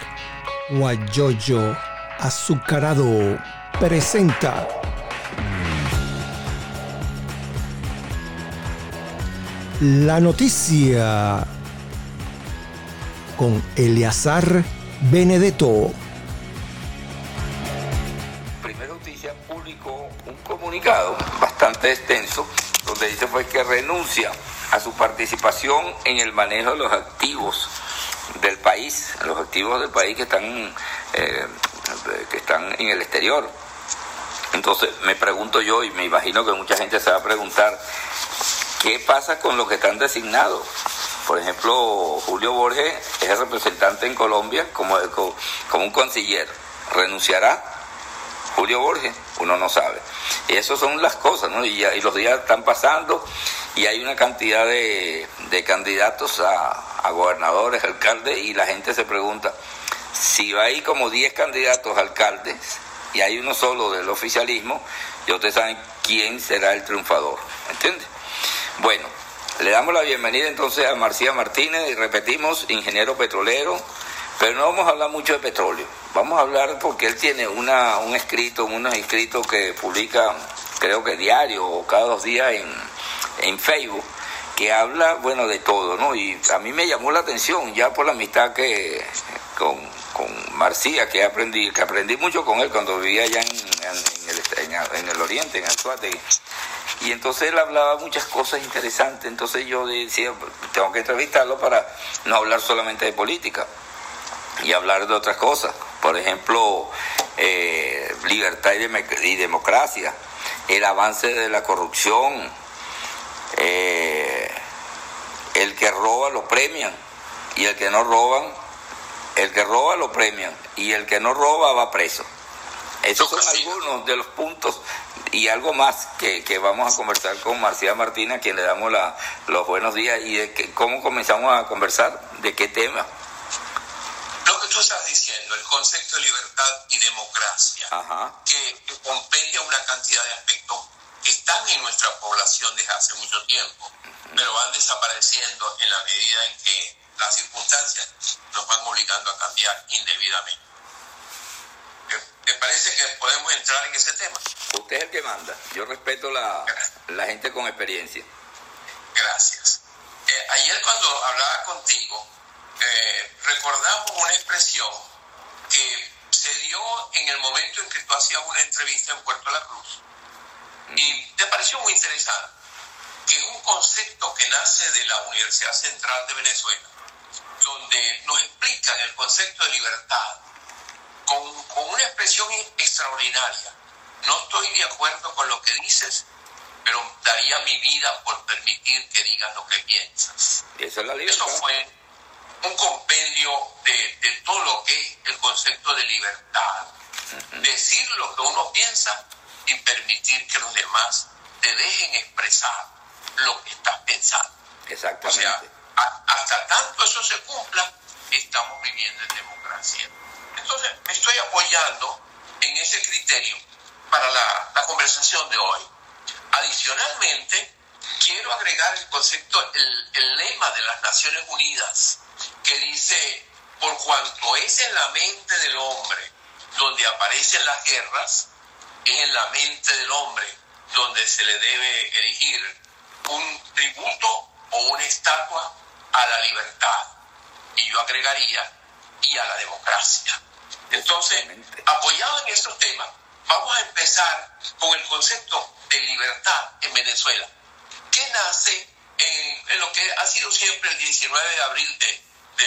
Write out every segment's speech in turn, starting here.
Guayoyo Azucarado presenta la noticia con Eleazar Benedetto. Primera Noticia publicó un comunicado bastante extenso donde dice pues que renuncia a su participación en el manejo de los activos del país, los activos del país que están en el exterior. Entonces me pregunto yo, y me imagino que mucha gente se va a preguntar, ¿qué pasa con los que están designados? Por ejemplo, Julio Borges es el representante en Colombia como un canciller. ¿Renunciará Julio Borges? Uno no sabe. Y esas son las cosas, ¿no? Y los días están pasando y hay una cantidad de candidatos a gobernadores, alcaldes, y la gente se pregunta, si va ahí como 10 candidatos a alcaldes y hay uno solo del oficialismo, ya ustedes saben quién será el triunfador, ¿entiendes? Bueno, le damos la bienvenida entonces a Marcía Martínez y repetimos, ingeniero petrolero, pero no vamos a hablar mucho de petróleo, vamos a hablar porque él tiene unos escritos que publica, creo que diario o cada 2 días en Facebook, que habla, bueno, de todo, ¿no? Y a mí me llamó la atención, ya por la amistad que con Marcía, que aprendí mucho con él cuando vivía allá en el oriente, en Anzoátegui. Y entonces él hablaba muchas cosas interesantes, entonces yo decía, tengo que entrevistarlo para no hablar solamente de política y hablar de otras cosas. Por ejemplo, libertad y democracia, el avance de la corrupción, el que roba lo premian y el que no roba lo premian y el que no roba va preso. Esos son algunos de los puntos y algo más que vamos a conversar con Marcía Martínez, a quien le damos los buenos días, y de cómo comenzamos a conversar, de qué tema. Lo que tú estás diciendo, el concepto de libertad y democracia, que compendia una cantidad de aspectos que están en nuestra población desde hace mucho tiempo, pero van desapareciendo en la medida en que las circunstancias nos van obligando a cambiar indebidamente. ¿Te parece que podemos entrar en ese tema? Usted es el que manda. Yo respeto la gente con experiencia. Gracias. Ayer cuando hablaba contigo, recordamos una expresión que se dio en el momento en que tú hacías una entrevista en Puerto La Cruz. Y te pareció muy interesante, que es un concepto que nace de la Universidad Central de Venezuela, donde nos explican el concepto de libertad con una expresión extraordinaria. No estoy de acuerdo con lo que dices, pero daría mi vida por permitir que digas lo que piensas. Esa es la libertad. Eso fue un compendio de todo lo que es el concepto de libertad. Decir lo que uno piensa y permitir que los demás te dejen expresar lo que estás pensando. Exactamente. O sea, hasta tanto eso se cumpla, estamos viviendo en democracia. Entonces, me estoy apoyando en ese criterio para la conversación de hoy. Adicionalmente, quiero agregar el concepto, el lema de las Naciones Unidas, que dice, por cuanto es en la mente del hombre donde aparecen las guerras, es en la mente del hombre donde se le debe erigir un tributo o una estatua a la libertad. Y yo agregaría, y a la democracia. Entonces, apoyado en estos temas, vamos a empezar con el concepto de libertad en Venezuela, que nace en lo que ha sido siempre el 19 de abril de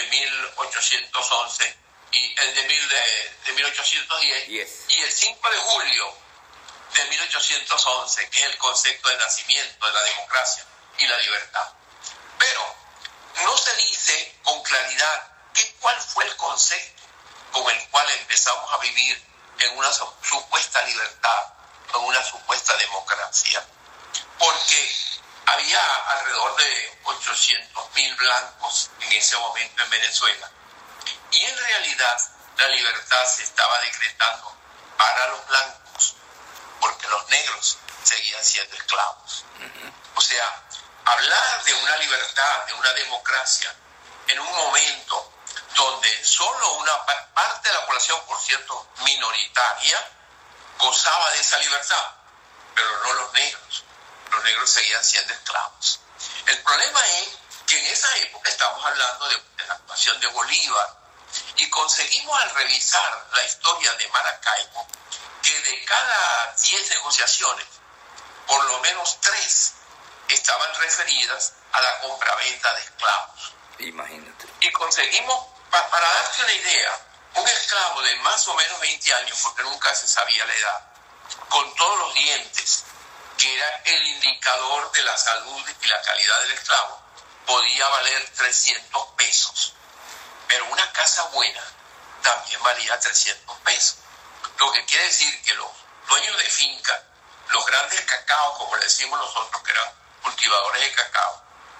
1811 y el de 1810, y el 5 de julio de 1811, que es el concepto de nacimiento de la democracia y la libertad. Pero no se dice con claridad cuál fue el concepto con el cual empezamos a vivir en una supuesta libertad, en una supuesta democracia. Porque había alrededor de 800.000 blancos en ese momento en Venezuela. Y en realidad la libertad se estaba decretando para los blancos, porque los negros seguían siendo esclavos. O sea, hablar de una libertad, de una democracia, en un momento donde solo una parte de la población, por cierto, minoritaria, gozaba de esa libertad, pero no los negros. Los negros seguían siendo esclavos. El problema es que en esa época estamos hablando de la actuación de Bolívar, y conseguimos al revisar la historia de Maracaibo que de cada 10 negociaciones, por lo menos 3 estaban referidas a la compraventa de esclavos. Imagínate. Y conseguimos, para darte una idea, un esclavo de más o menos 20 años, porque nunca se sabía la edad, con todos los dientes, que era el indicador de la salud y la calidad del esclavo, podía valer 300 pesos. Pero una casa buena también valía 300 pesos. Lo que quiere decir que los dueños de finca, los grandes cacaos, como le decimos nosotros, que eran cultivadores de cacao,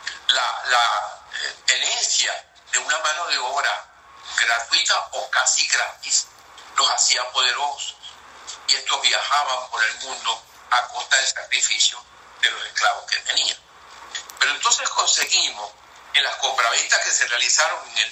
la tenencia de una mano de obra gratuita o casi gratis, los hacía poderosos. Y estos viajaban por el mundo a costa del sacrificio de los esclavos que tenían. Pero entonces conseguimos, en las compraventas que se realizaron en el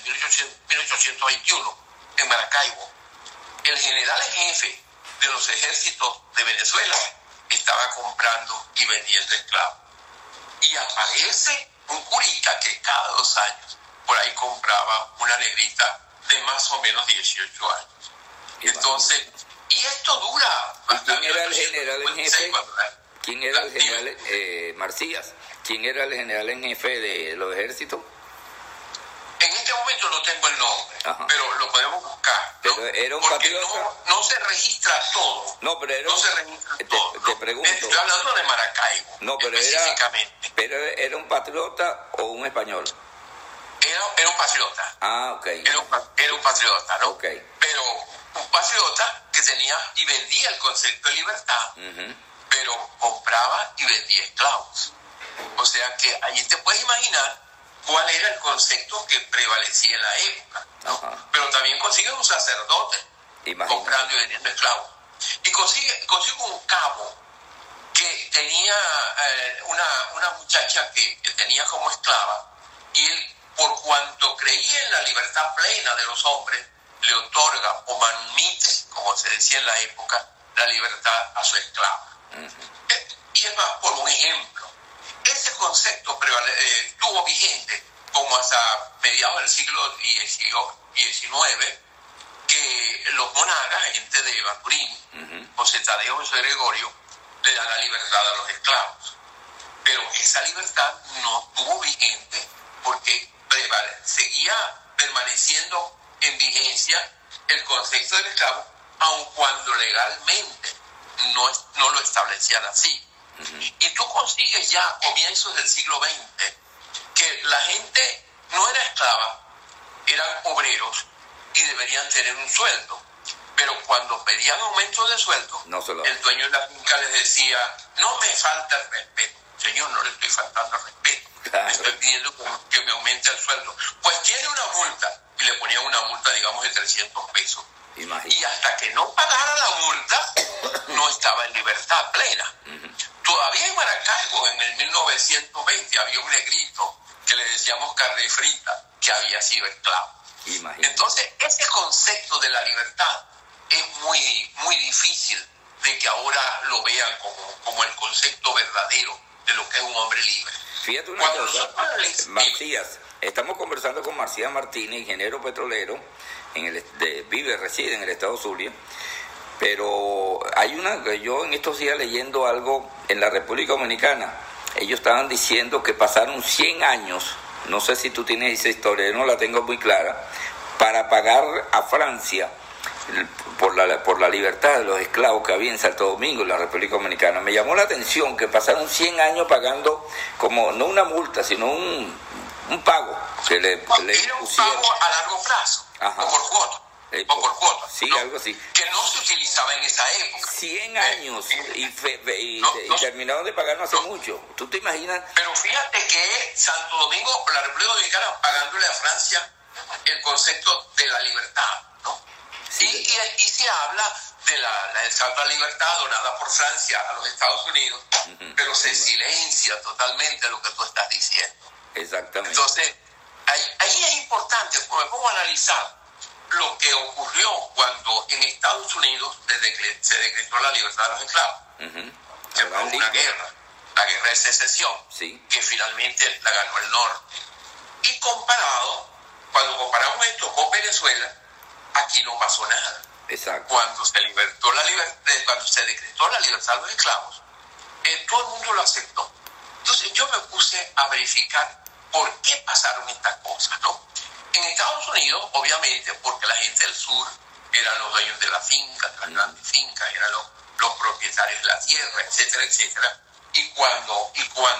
1821 en Maracaibo, el general en jefe de los ejércitos de Venezuela estaba comprando y vendiendo esclavos. Y aparece un curita que cada 2 años por ahí compraba una negrita de más o menos 18 años. Entonces, y esto dura... ¿Quién era el general en jefe? ¿Quién era el general Marcías? ¿Quién era el general en jefe de los ejércitos? En este momento no tengo el nombre, ajá, pero lo podemos buscar, ¿no? Pero era un porque patriota. no se registra todo. No, pero era no se registra todo. Te pregunto. Estoy hablando de Maracaibo. No, pero específicamente. ¿Era un patriota o un español? Era un patriota. Ah, ok. Era un patriota, ¿no? Ok. Pero un patriota que tenía y vendía el concepto de libertad, pero compraba y vendía esclavos. O sea que ahí te puedes imaginar cuál era el concepto que prevalecía en la época, ¿no? Ajá. Pero también consigue un sacerdote comprando y vendiendo esclavos. Y consigue un cabo que tenía una muchacha que tenía como esclava, y él, por cuanto creía en la libertad plena de los hombres, le otorga o manumite, como se decía en la época, la libertad a su esclava. Y es más, por un ejemplo, ese concepto estuvo vigente como hasta mediados del siglo XIX, que los monagas, gente de Maturín, José Tadeo y José Gregorio, le dan la libertad a los esclavos. Pero esa libertad no estuvo vigente porque seguía permaneciendo en vigencia el concepto del esclavo, aun cuando legalmente no lo establecían así. Y tú consigues ya a comienzos del siglo XX que la gente no era esclava, eran obreros y deberían tener un sueldo. Pero cuando pedían aumento de sueldo, el dueño de la finca les decía: no me falta el respeto. Señor, no le estoy faltando el respeto. Claro. Le estoy pidiendo que me aumente el sueldo. Pues tiene una multa. Y le ponían una multa, digamos, de 300 pesos. Imagínate. Y hasta que no pagara la multa, no estaba en libertad plena. Todavía en Maracaibo, en el 1920, había un negrito que le decíamos carne frita, que había sido esclavo. Imagínate. Entonces, ese concepto de la libertad es muy, muy difícil de que ahora lo vean como el concepto verdadero de lo que es un hombre libre. Fíjate una cosa, Marcías, estamos conversando con Marcías Martínez, ingeniero petrolero, reside en el estado Zulia, pero yo en estos días leyendo algo en la República Dominicana, ellos estaban diciendo que pasaron 100 años, no sé si tú tienes esa historia, yo no la tengo muy clara, para pagar a Francia por la libertad de los esclavos que había en Santo Domingo, en la República Dominicana. Me llamó la atención que pasaron 100 años pagando, como no una multa, sino un pago que le era un pago a largo plazo. Ajá. O por cuota. Sí, ¿no? Algo así. Que no se utilizaba en esa época. 100 años y terminaron de pagarnos hace mucho. ¿Tú te imaginas? Pero fíjate que Santo Domingo, la República Dominicana, pagándole a Francia el concepto de la libertad, ¿no? Sí, y se habla de del salto a la libertad donada por Francia a los Estados Unidos, pero se silencia totalmente lo que tú estás diciendo. Exactamente. Entonces, ahí es importante, porque me pongo a analizar lo que ocurrió cuando en Estados Unidos se decretó la libertad de los esclavos. Se produjo una guerra, la guerra de secesión, que finalmente la ganó el norte. Y cuando comparamos esto con Venezuela, aquí no pasó nada. Exacto. Cuando se decretó la libertad de los esclavos, todo el mundo lo aceptó. Entonces yo me puse a verificar por qué pasaron estas cosas, ¿no? En Estados Unidos, obviamente, porque la gente del sur eran los dueños de las fincas, de las grandes fincas, eran los propietarios de la tierra, etcétera, etcétera. Y cuando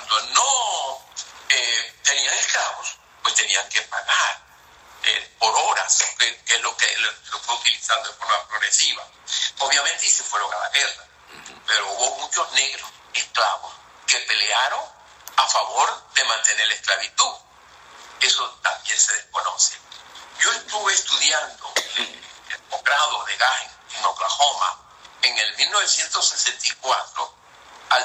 no tenían esclavos, pues tenían que pagar por horas, que es lo que lo fue utilizando de forma progresiva. Obviamente, y se fueron a la guerra. Pero hubo muchos negros esclavos que pelearon a favor de mantener la esclavitud. Eso también se desconoce. Yo estuve estudiando el posgrado de Gagen en Oklahoma en el 1964 al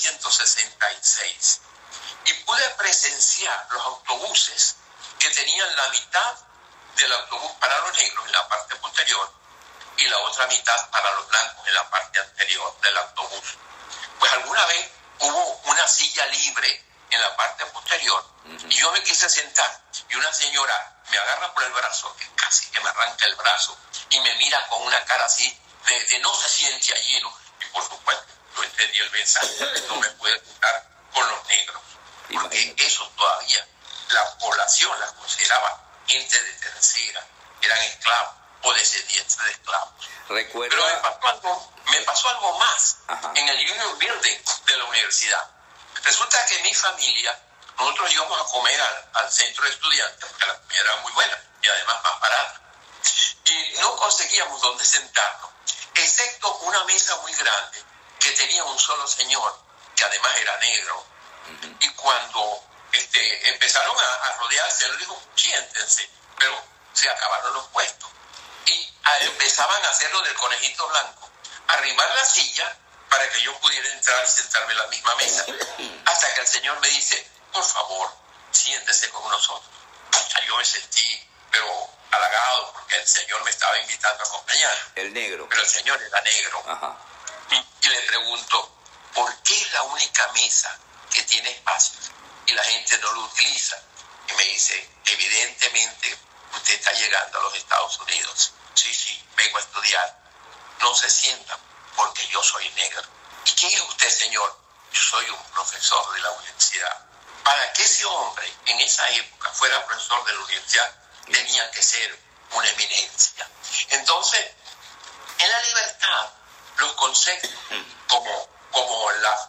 1966 y pude presenciar los autobuses que tenían la mitad del autobús para los negros en la parte posterior y la otra mitad para los blancos en la parte anterior del autobús. Pues alguna vez hubo una silla libre en la parte posterior y yo me quise sentar y una señora me agarra por el brazo, que casi que me arranca el brazo, y me mira con una cara así de no se siente allí, ¿no? Y por supuesto yo entendí el mensaje, no me pude juntar con los negros, porque eso todavía la población las consideraba gente de tercera, eran esclavos o descendientes de esclavos. Recuerda... Pero me pasó algo más. En el Union Building de la universidad. Resulta que mi familia, nosotros íbamos a comer al centro de estudiantes, porque la comida era muy buena y además más barata. Y no conseguíamos dónde sentarnos, excepto una mesa muy grande que tenía un solo señor, que además era negro. Y cuando empezaron a rodearse, él dijo, siéntense, pero se acabaron los puestos. Y empezaban a hacer lo del conejito blanco, arrimar la silla para que yo pudiera entrar y sentarme en la misma mesa, hasta que el señor me dice, por favor, siéntese con nosotros. Yo me sentí, pero halagado, porque el señor me estaba invitando a acompañar. El negro. Pero el señor era negro. Y le pregunto, ¿por qué es la única mesa que tiene espacio y la gente no lo utiliza? Y me dice, evidentemente usted está llegando a los Estados Unidos. Sí, vengo a estudiar. No se sientan porque yo soy negro. ¿Y quién es usted, señor? Yo soy un profesor de la universidad. Para que ese hombre en esa época fuera profesor de la universidad, tenía que ser una eminencia. Entonces, en la libertad, los conceptos como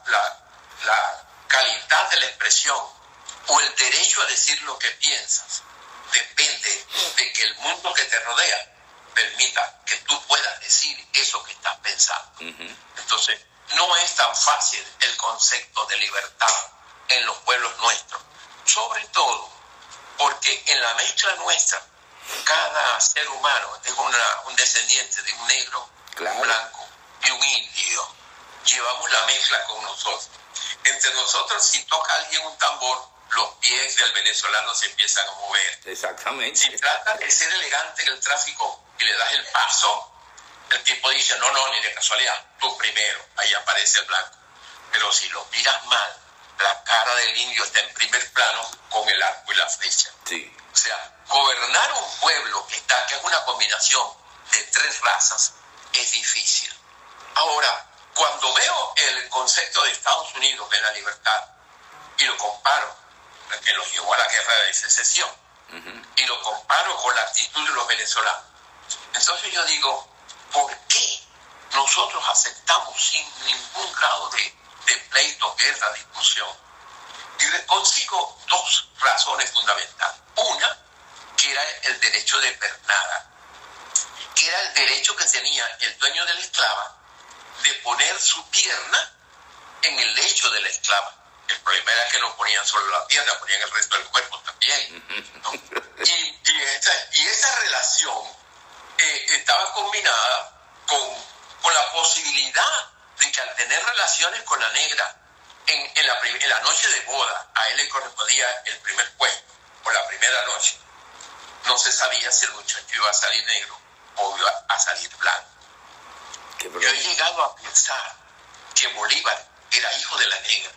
la calidad de la expresión o el derecho a decir lo que piensas, depende de que el mundo que te rodea permita que tú puedas decir eso que estás pensando. Entonces, no es tan fácil el concepto de libertad en los pueblos nuestros, sobre todo porque en la mezcla nuestra, cada ser humano es un descendiente de un negro, un blanco y un indio. Llevamos la mezcla con nosotros. Entre nosotros, si toca alguien un tambor, los pies del venezolano se empiezan a mover. Exactamente. Si trata de ser elegante en el tráfico y le das el paso, el tipo dice, no, ni de casualidad, tú primero, ahí aparece el blanco. Pero si lo miras mal, la cara del indio está en primer plano con el arco y la flecha. Sí. O sea, gobernar un pueblo que es una combinación de tres razas es difícil. Ahora, cuando veo el concepto de Estados Unidos de la libertad y lo comparo, que los llevó a la guerra de secesión, y lo comparo con la actitud de los venezolanos, entonces yo digo, ¿por qué nosotros aceptamos sin ningún grado de pleito, guerra, discusión? Y consigo dos razones fundamentales. Una, que era el derecho de pernada, que era el derecho que tenía el dueño de la esclava de poner su pierna en el lecho de la esclava. El problema era que no ponían solo la pierna, ponían el resto del cuerpo también, ¿no? Y esa relación estaba combinada con la posibilidad de que al tener relaciones con la negra en la noche de boda, a él le correspondía el primer puesto, o la primera noche, no se sabía si el muchacho iba a salir negro o iba a salir blanco. Yo he llegado a pensar que Bolívar era hijo de la negra.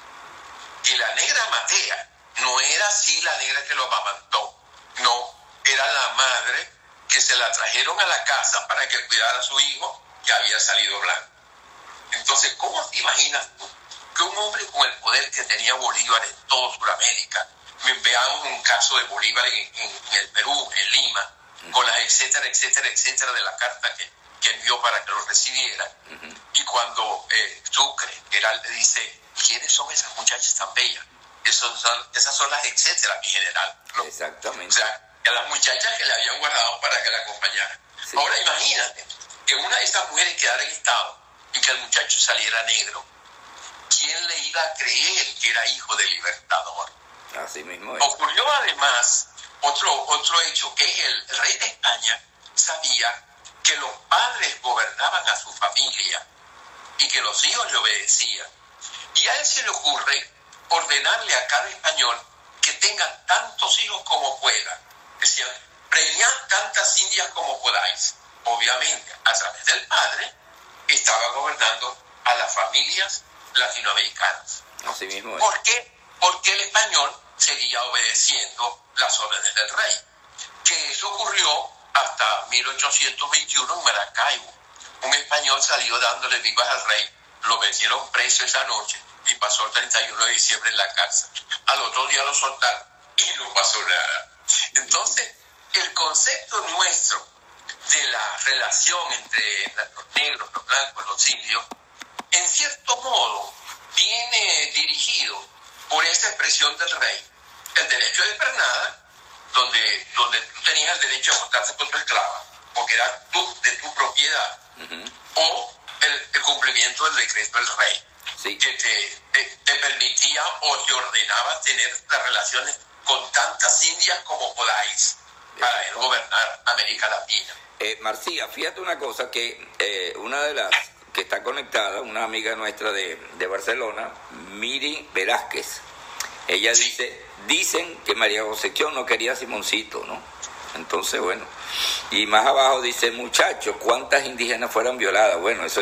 Que la negra Matea no era así la negra que lo amamantó. No, era la madre que se la trajeron a la casa para que cuidara a su hijo que había salido blanco. Entonces, ¿cómo te imaginas tú que un hombre con el poder que tenía Bolívar en toda Sudamérica, veamos un caso de Bolívar en el Perú, en Lima, con las etcétera, etcétera, etcétera de la carta que envió para que lo recibiera, y cuando Sucre le dice, ¿quiénes son esas muchachas tan bellas? Esas son las etcétera, mi general, ¿no? Exactamente. O sea, a las muchachas que le habían guardado para que la acompañaran. Sí. Ahora imagínate que una de esas mujeres quedara en estado y que el muchacho saliera negro. ¿Quién le iba a creer que era hijo del Libertador? Así mismo es. Ocurrió además otro hecho, que el rey de España sabía que los padres gobernaban a su familia y que los hijos le obedecían. Y a él se le ocurre ordenarle a cada español que tengan tantos hijos como puedan. Decían, preñad tantas indias como podáis. Obviamente, a través del padre, estaba gobernando a las familias latinoamericanas. Así mismo es. ¿Por qué? Porque el español seguía obedeciendo las órdenes del rey. Que eso ocurrió hasta 1821 en Maracaibo. Un español salió dándole vivas al rey, lo metieron preso esa noche y pasó el 31 de diciembre en la cárcel. Al otro día lo soltaron y no pasó nada. Entonces, el concepto nuestro de la relación entre los negros, los blancos, los indios, en cierto modo, viene dirigido por esa expresión del rey. El derecho de pernada, donde tú tenías el derecho a acostarte con tu esclava, porque era de tu propiedad, o el cumplimiento del decreto del rey, sí, que te permitía o te ordenaba tener las relaciones con tantas indias como podáis para él gobernar América Latina. Marcia, fíjate una cosa, que una de las que está conectada, una amiga nuestra de Barcelona, Miri Velázquez, ella dicen que María Concepción no quería a Simoncito, ¿no? Entonces, bueno, y más abajo dice, muchachos, ¿cuántas indígenas fueron violadas? Bueno, eso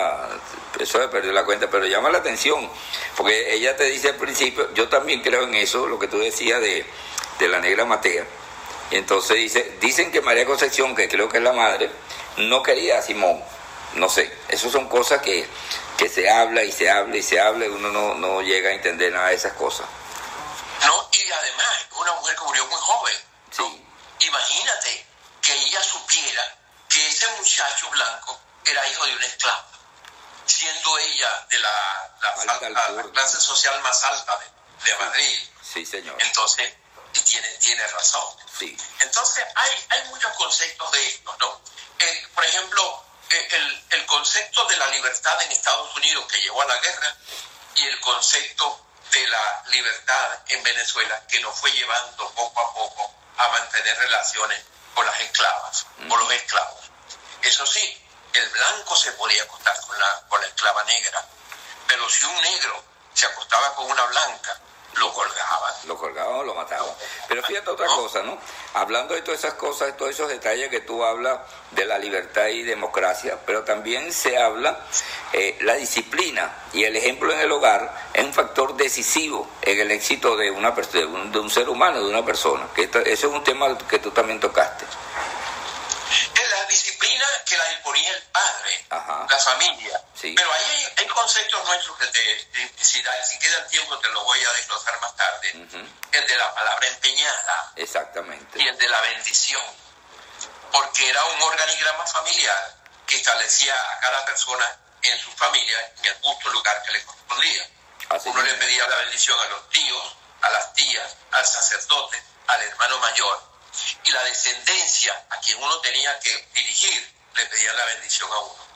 se perdió la cuenta, pero llama la atención, porque ella te dice al principio, yo también creo en eso, lo que tú decías de la negra Matea. Y entonces dicen que María Concepción, que creo que es la madre, no quería a Simón. No sé, eso son cosas que se habla y se habla y se habla y uno no llega a entender nada de esas cosas. No, y además, una mujer que murió muy joven. Sí. ¿No? Imagínate que ella supiera que ese muchacho blanco era hijo de una esclava, siendo ella de la clase social más alta de Madrid. Sí, señor. Entonces, tiene razón. Sí. Entonces, hay muchos conceptos de esto, ¿no? Por ejemplo, el concepto de la libertad en Estados Unidos que llevó a la guerra y el concepto de la libertad en Venezuela que nos fue llevando poco a poco a mantener relaciones con las esclavas, con los esclavos. Eso sí, el blanco se podía acostar con la esclava negra, pero si un negro se acostaba con una blanca, lo colgaban. Lo colgaban o lo mataban. Pero fíjate otra cosa, ¿no? Hablando de todas esas cosas, de todos esos detalles que tú hablas de la libertad y democracia, pero también se habla la disciplina y el ejemplo en el hogar es un factor decisivo en el éxito de un ser humano, de una persona. Eso es un tema que tú también tocaste. La disciplina que la imponía el padre, ajá, la familia. Sí. Pero ahí hay conceptos nuestros que si queda el tiempo te lo voy a desglosar más tarde. El de la palabra empeñada. Exactamente. Y el de la bendición. Porque era un organigrama familiar que establecía a cada persona en su familia en el justo lugar que le correspondía. Así Uno es. le pedía la bendición a los tíos, a las tías, al sacerdote, al hermano mayor. Y la descendencia a quien uno tenía que dirigir le pedía la bendición a uno.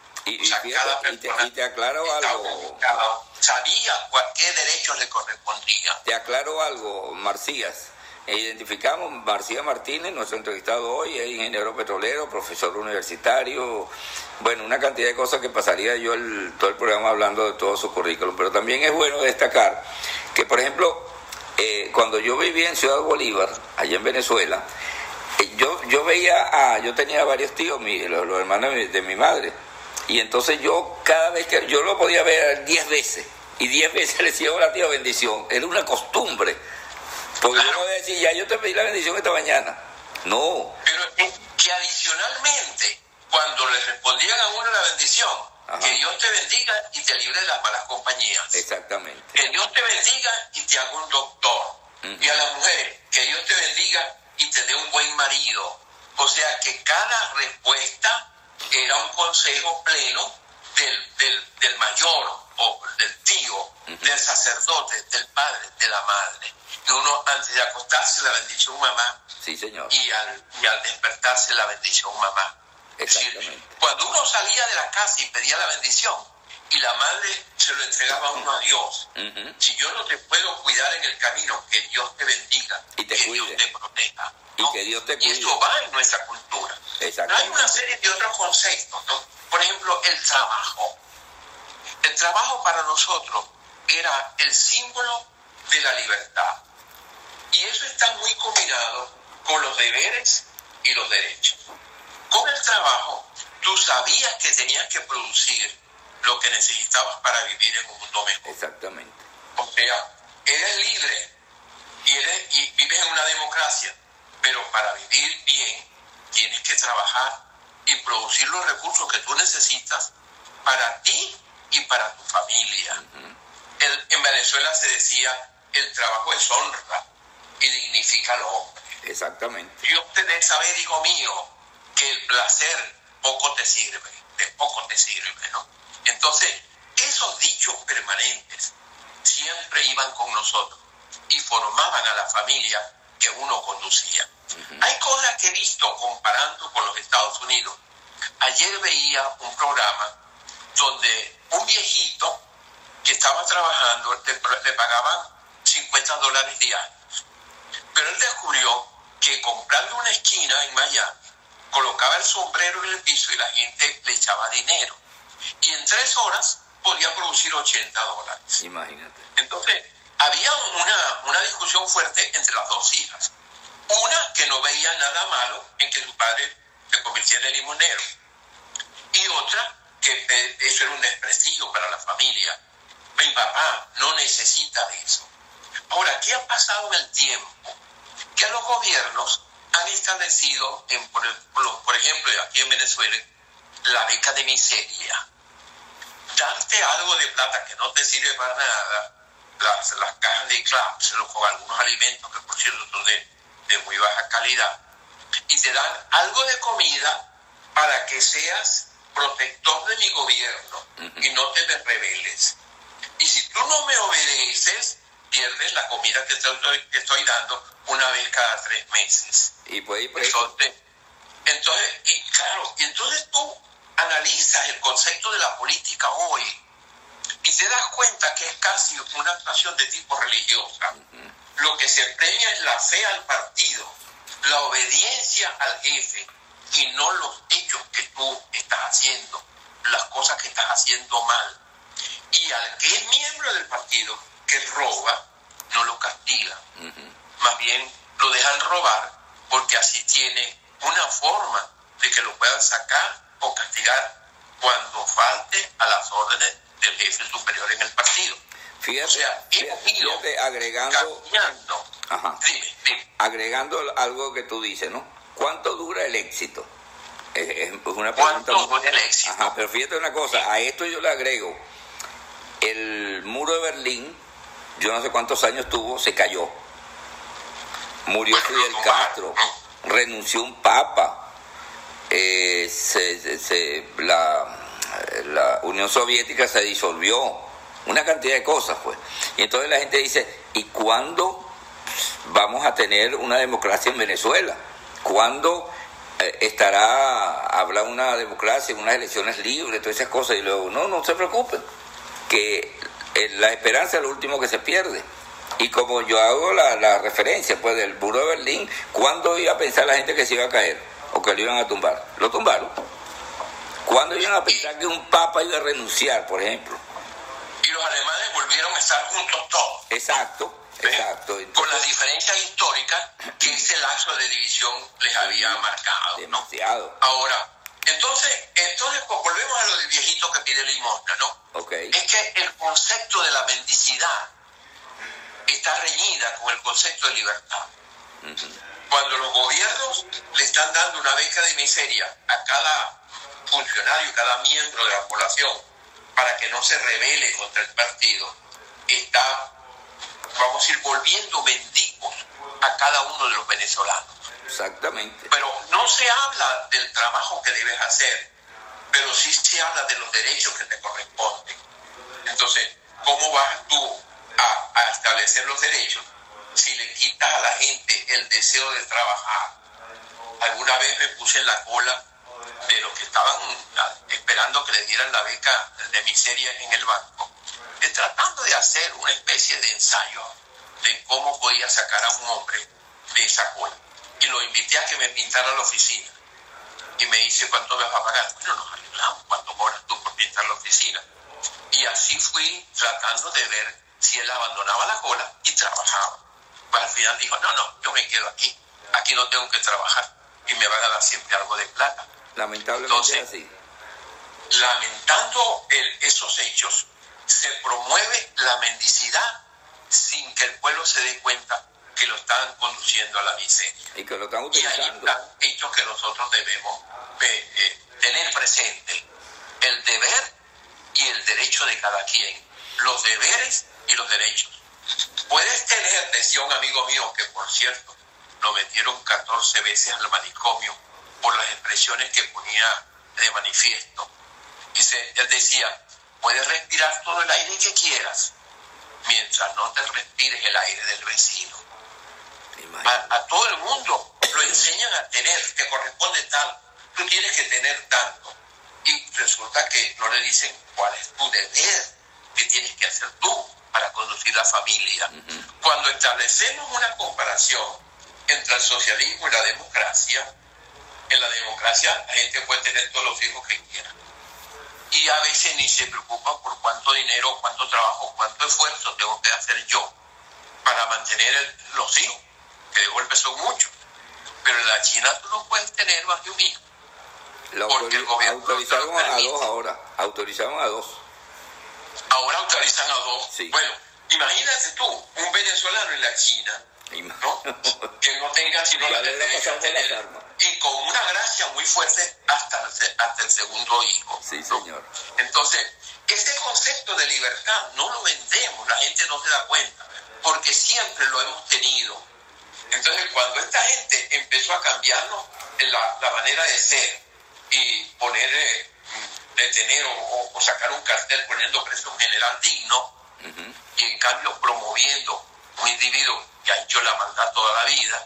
Y te aclaro algo. Sabía qué derechos le correspondían. Te aclaro algo, Marcías. Identificamos Marcías Martínez, nuestro entrevistado hoy, es ingeniero petrolero, profesor universitario, bueno, una cantidad de cosas que pasaría yo todo el programa hablando de todo su currículum, pero también es bueno destacar que, por ejemplo, cuando yo vivía en Ciudad Bolívar, allá en Venezuela, yo veía, yo tenía varios tíos, los hermanos de mi madre, y entonces yo cada vez que yo lo podía ver 10 veces, y 10 veces le decía, hola tío, bendición. Era una costumbre, porque yo no voy a decir, ya yo te pedí la bendición esta mañana. No. Pero que adicionalmente, cuando le respondían a uno la bendición, ajá, que Dios te bendiga y te libre de las malas compañías. Exactamente. Que Dios te bendiga y te haga un doctor. Uh-huh. Y a la mujer, que Dios te bendiga y te dé un buen marido. O sea que cada respuesta era un consejo pleno del mayor o del tío, uh-huh, del sacerdote, del padre, de la madre. Y uno antes de acostarse la bendición mamá. Sí, señor. Y al despertarse la bendición mamá. Es decir, cuando uno salía de la casa y pedía la bendición y la madre se lo entregaba a uno a Dios, uh-huh, si yo no te puedo cuidar en el camino, que Dios te bendiga y que cuide, Dios te proteja, ¿no? Y que Dios te cuide. Y esto va en nuestra cultura. Hay una serie de otros conceptos, ¿no? Por ejemplo, el trabajo. El trabajo para nosotros era el símbolo de la libertad. Y eso está muy combinado con los deberes y los derechos. Con el trabajo, tú sabías que tenías que producir lo que necesitabas para vivir en un mundo mejor. Exactamente. O sea, eres libre y vives en una democracia, pero para vivir bien tienes que trabajar y producir los recursos que tú necesitas para ti y para tu familia. Uh-huh. En Venezuela se decía, el trabajo es honra y dignifica al hombre. Exactamente. Dios te dé saber, hijo mío, que el placer poco te sirve, de poco te sirve, ¿no? Entonces, esos dichos permanentes siempre iban con nosotros y formaban a la familia que uno conducía. Uh-huh. Hay cosas que he visto comparando con los Estados Unidos. Ayer veía un programa donde un viejito que estaba trabajando le pagaban $50 diarios, pero él descubrió que comprando una esquina en Miami colocaba el sombrero en el piso y la gente le echaba dinero y en 3 horas podía producir $80. Imagínate. Entonces había una discusión fuerte entre las dos hijas, una que no veía nada malo en que su padre se convirtiera en limonero y otra que eso era un desprestigio para la familia. Mi papá no necesita de eso. Ahora, ¿qué ha pasado en el tiempo? Que los gobiernos han establecido, por ejemplo, aquí en Venezuela, la beca de miseria. Darte algo de plata que no te sirve para nada, las cajas de CLAPS, con algunos alimentos que por cierto son de muy baja calidad, y te dan algo de comida para que seas protector de mi gobierno, uh-huh, y no te me rebeles. Y si tú no me obedeces, pierdes la comida que te estoy dando una vez cada 3 meses. Y puede ir preso. Entonces tú analizas el concepto de la política hoy y te das cuenta que es casi una actuación de tipo religiosa. Uh-huh. Lo que se premia es la fe al partido, la obediencia al jefe y no los hechos que tú estás haciendo, las cosas que estás haciendo mal. Y al que es miembro del partido que roba, no lo castigan. Uh-huh. Más bien lo dejan robar porque así tiene una forma de que lo puedan sacar o castigar cuando falte a las órdenes del jefe superior en el partido. Fíjate, o sea, fíjate agregando, ajá, dime. Agregando algo que tú dices, ¿no? ¿Cuánto dura el éxito? Es una pregunta. ¿Cuánto dura el éxito? Ajá, pero fíjate una cosa, a esto yo le agrego, el muro de Berlín, yo no sé cuántos años tuvo, se cayó. Murió Fidel Castro, renunció un papa, la Unión Soviética se disolvió, una cantidad de cosas, pues. Y entonces la gente dice, ¿y cuándo vamos a tener una democracia en Venezuela? ¿Cuándo habrá una democracia, unas elecciones libres, todas esas cosas? Y luego, no se preocupen, que la esperanza es lo último que se pierde. Y como yo hago la referencia pues del muro de Berlín, ¿cuándo iba a pensar la gente que se iba a caer o que lo iban a tumbar? Lo tumbaron. ¿Cuándo iban a pensar que un papa iba a renunciar, por ejemplo? Y los alemanes volvieron a estar juntos todos. Exacto. Exacto. Entonces, con las diferencias históricas que ese lazo de división les había marcado, ¿no? Demasiado. Ahora, entonces pues, volvemos a lo del viejito que pide limosna, ¿no? Okay. Es que el concepto de la mendicidad está reñida con el concepto de libertad. Cuando los gobiernos le están dando una beca de miseria a cada funcionario, cada miembro de la población, para que no se rebele contra el partido, está, vamos a ir volviendo mendigos a cada uno de los venezolanos. Exactamente. Pero no se habla del trabajo que debes hacer, pero sí se habla de los derechos que te corresponden. Entonces, ¿cómo vas tú a establecer los derechos si le quitas a la gente el deseo de trabajar? Alguna vez me puse en la cola de los que estaban esperando que le dieran la beca de miseria en el banco, tratando de hacer una especie de ensayo de cómo podía sacar a un hombre de esa cola. Y lo invité a que me pintara la oficina. Y me dice, ¿cuánto me vas a pagar? Bueno, nos arreglamos, ¿cuánto cobras tú por pintar la oficina? Y así fui tratando de ver si él abandonaba la cola y trabajaba. Pues al final dijo, no, yo me quedo aquí no tengo que trabajar y me van a dar siempre algo de plata. Lamentablemente. Entonces, es así. Lamentando esos hechos, se promueve la mendicidad sin que el pueblo se dé cuenta que lo están conduciendo a la miseria. Y que lo están utilizando. Y ahí están hechos que nosotros debemos tener presente: el deber y el derecho de cada quien, los deberes y los derechos. Puedes tener, decía un amigo mío, que por cierto lo metieron 14 veces al manicomio por las expresiones que ponía de manifiesto. Él decía, puedes respirar todo el aire que quieras, mientras no te respires el aire del vecino. A todo el mundo lo enseñan a tener, te corresponde tal, tú tienes que tener tanto. Y resulta que no le dicen cuál es tu deber, qué tienes que hacer tú para conducir la familia. Cuando establecemos una comparación entre el socialismo y la democracia, en la democracia la gente puede tener todos los hijos que quiera. Y a veces ni se preocupa por cuánto dinero, cuánto trabajo, cuánto esfuerzo tengo que hacer yo para mantener los hijos, que de golpe son muchos. Pero en la China tú no puedes tener más de un hijo. Porque el gobierno autorizaron a dos ahora. Autorizaron a dos. Ahora autorizan a dos. Sí. Bueno, imagínate tú, un venezolano en la China, ¿no? Que no tenga sino la derecho a tener, y con una gracia muy fuerte hasta el segundo hijo. Sí, señor. ¿No? Entonces, este concepto de libertad no lo vendemos, la gente no se da cuenta, porque siempre lo hemos tenido. Entonces, cuando esta gente empezó a cambiarnos la manera de ser y poner, detener o sacar un cartel poniendo preso un general digno, y en cambio promoviendo un individuo que ha hecho la maldad toda la vida,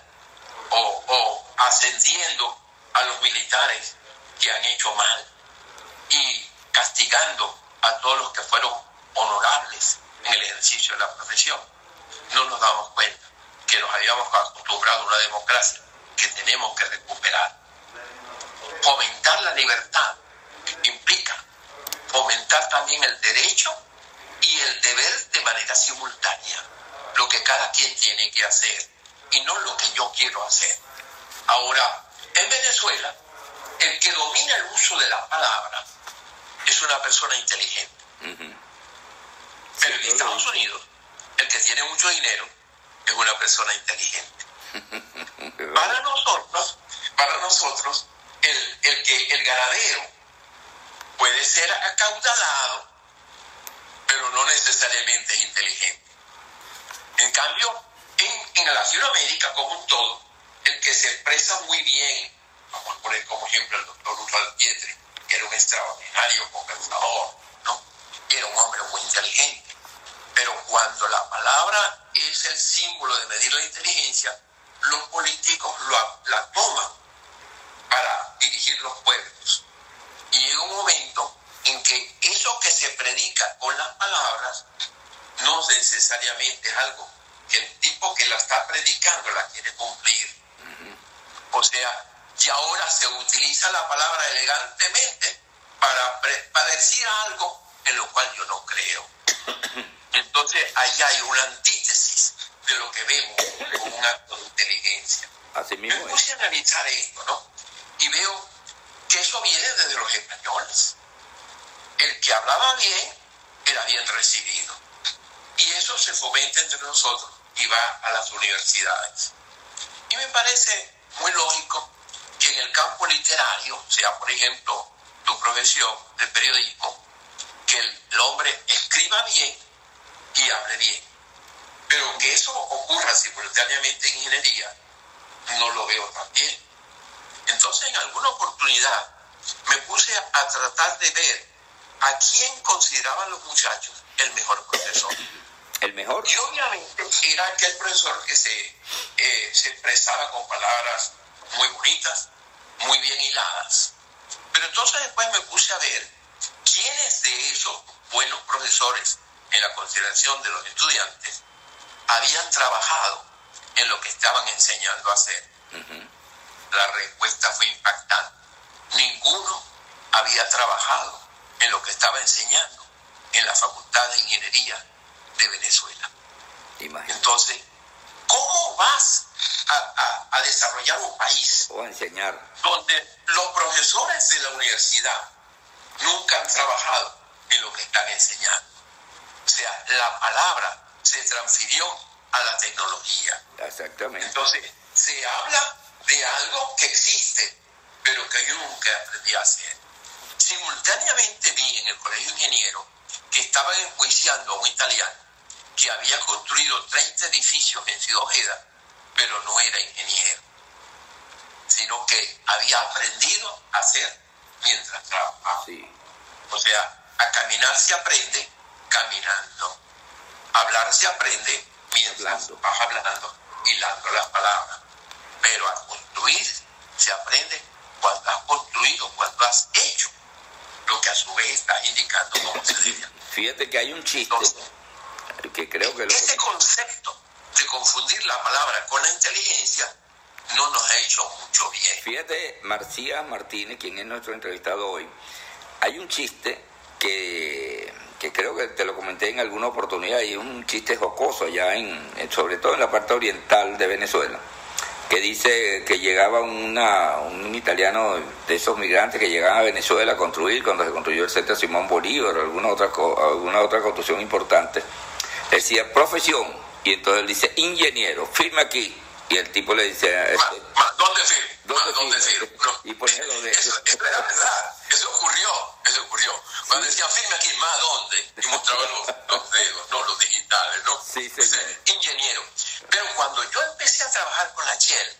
o ascendiendo a los militares que han hecho mal, y castigando a todos los que fueron honorables en el ejercicio de la profesión, no nos damos cuenta que nos habíamos acostumbrado a una democracia que tenemos que recuperar. Fomentar la libertad implica fomentar también el derecho y el deber de manera simultánea, lo que cada quien tiene que hacer y no lo que yo quiero hacer. Ahora, en Venezuela, el que domina el uso de la palabra es una persona inteligente. Pero en Estados Unidos, el que tiene mucho dinero es una persona inteligente. Para nosotros, el ganadero puede ser acaudalado, pero no necesariamente es inteligente. En cambio, en Latinoamérica como un todo, el que se expresa muy bien, vamos a poner como ejemplo el doctor Ural Pietri, que era un extraordinario conversador, ¿no? Era un hombre muy inteligente. Pero cuando la palabra es el símbolo de medir la inteligencia, los políticos la toman para dirigir los pueblos. Y llega un momento en que eso que se predica con las palabras no necesariamente es algo que el tipo que la está predicando la quiere cumplir. O sea, y ahora se utiliza la palabra elegantemente para decir algo en lo cual yo no creo. Entonces, ahí hay una antítesis de de lo que vemos como un acto de inteligencia. Así mismo Yo me puse a analizar esto, ¿no? Y veo que eso viene desde los españoles. El que hablaba bien era bien recibido. Y eso se fomenta entre nosotros y va a las universidades. Y me parece muy lógico que en el campo literario, sea por ejemplo tu profesión de periodismo, que el hombre escriba bien y hable bien. Pero que eso ocurra simultáneamente en ingeniería, no lo veo tan bien. Entonces, en alguna oportunidad me puse a tratar de ver a quién consideraban los muchachos el mejor profesor. el mejor. Y obviamente era aquel profesor que se expresaba con palabras muy bonitas, muy bien hiladas. Pero entonces después me puse a ver quiénes de esos buenos profesores en la consideración de los estudiantes habían trabajado en lo que estaban enseñando a hacer. La respuesta fue impactante. Ninguno había trabajado en lo que estaba enseñando en la Facultad de Ingeniería de Venezuela. Imagínate. Entonces, ¿cómo vas a desarrollar un país O a enseñar. donde los profesores de la universidad nunca han trabajado en lo que están enseñando? O sea, la palabra se transfirió a la tecnología. Exactamente. Entonces, se habla de algo que existe, pero que yo nunca aprendí a hacer. Simultáneamente vi en el Colegio Ingeniero que estaban enjuiciando a un italiano que había construido 30 edificios en Ciudad Ojeda, pero no era ingeniero, sino que había aprendido a hacer mientras trabajaba. Sí. O sea, a caminar se aprende caminando. A hablar se aprende mientras vas hablando, hilando las palabras. Pero a construir se aprende cuando has construido, cuando has hecho lo que a su vez estás indicando cómo se debe. Fíjate que hay un chiste Entonces, que creo que ese concepto de confundir la palabra con la inteligencia no nos ha hecho mucho bien. Fíjate, Marcías Martínez, quien es nuestro entrevistado hoy, hay un chiste que creo que te lo comenté en alguna oportunidad, y es un chiste jocoso allá sobre todo en la parte oriental de Venezuela, que dice que llegaba un italiano de esos migrantes que llegaban a Venezuela a construir, cuando se construyó el centro Simón Bolívar o alguna otra construcción importante, decía profesión, y entonces él dice ingeniero, firma aquí, y el tipo le dice ¿Dónde firmo? No. Y ponía los dedos. Eso es verdad, eso ocurrió. Cuando decían firme aquí, ¿más dónde? Y mostraban los dedos, no los digitales, ¿no? Sí, señor. Ingeniero. Pero cuando yo empecé a trabajar con la Shell,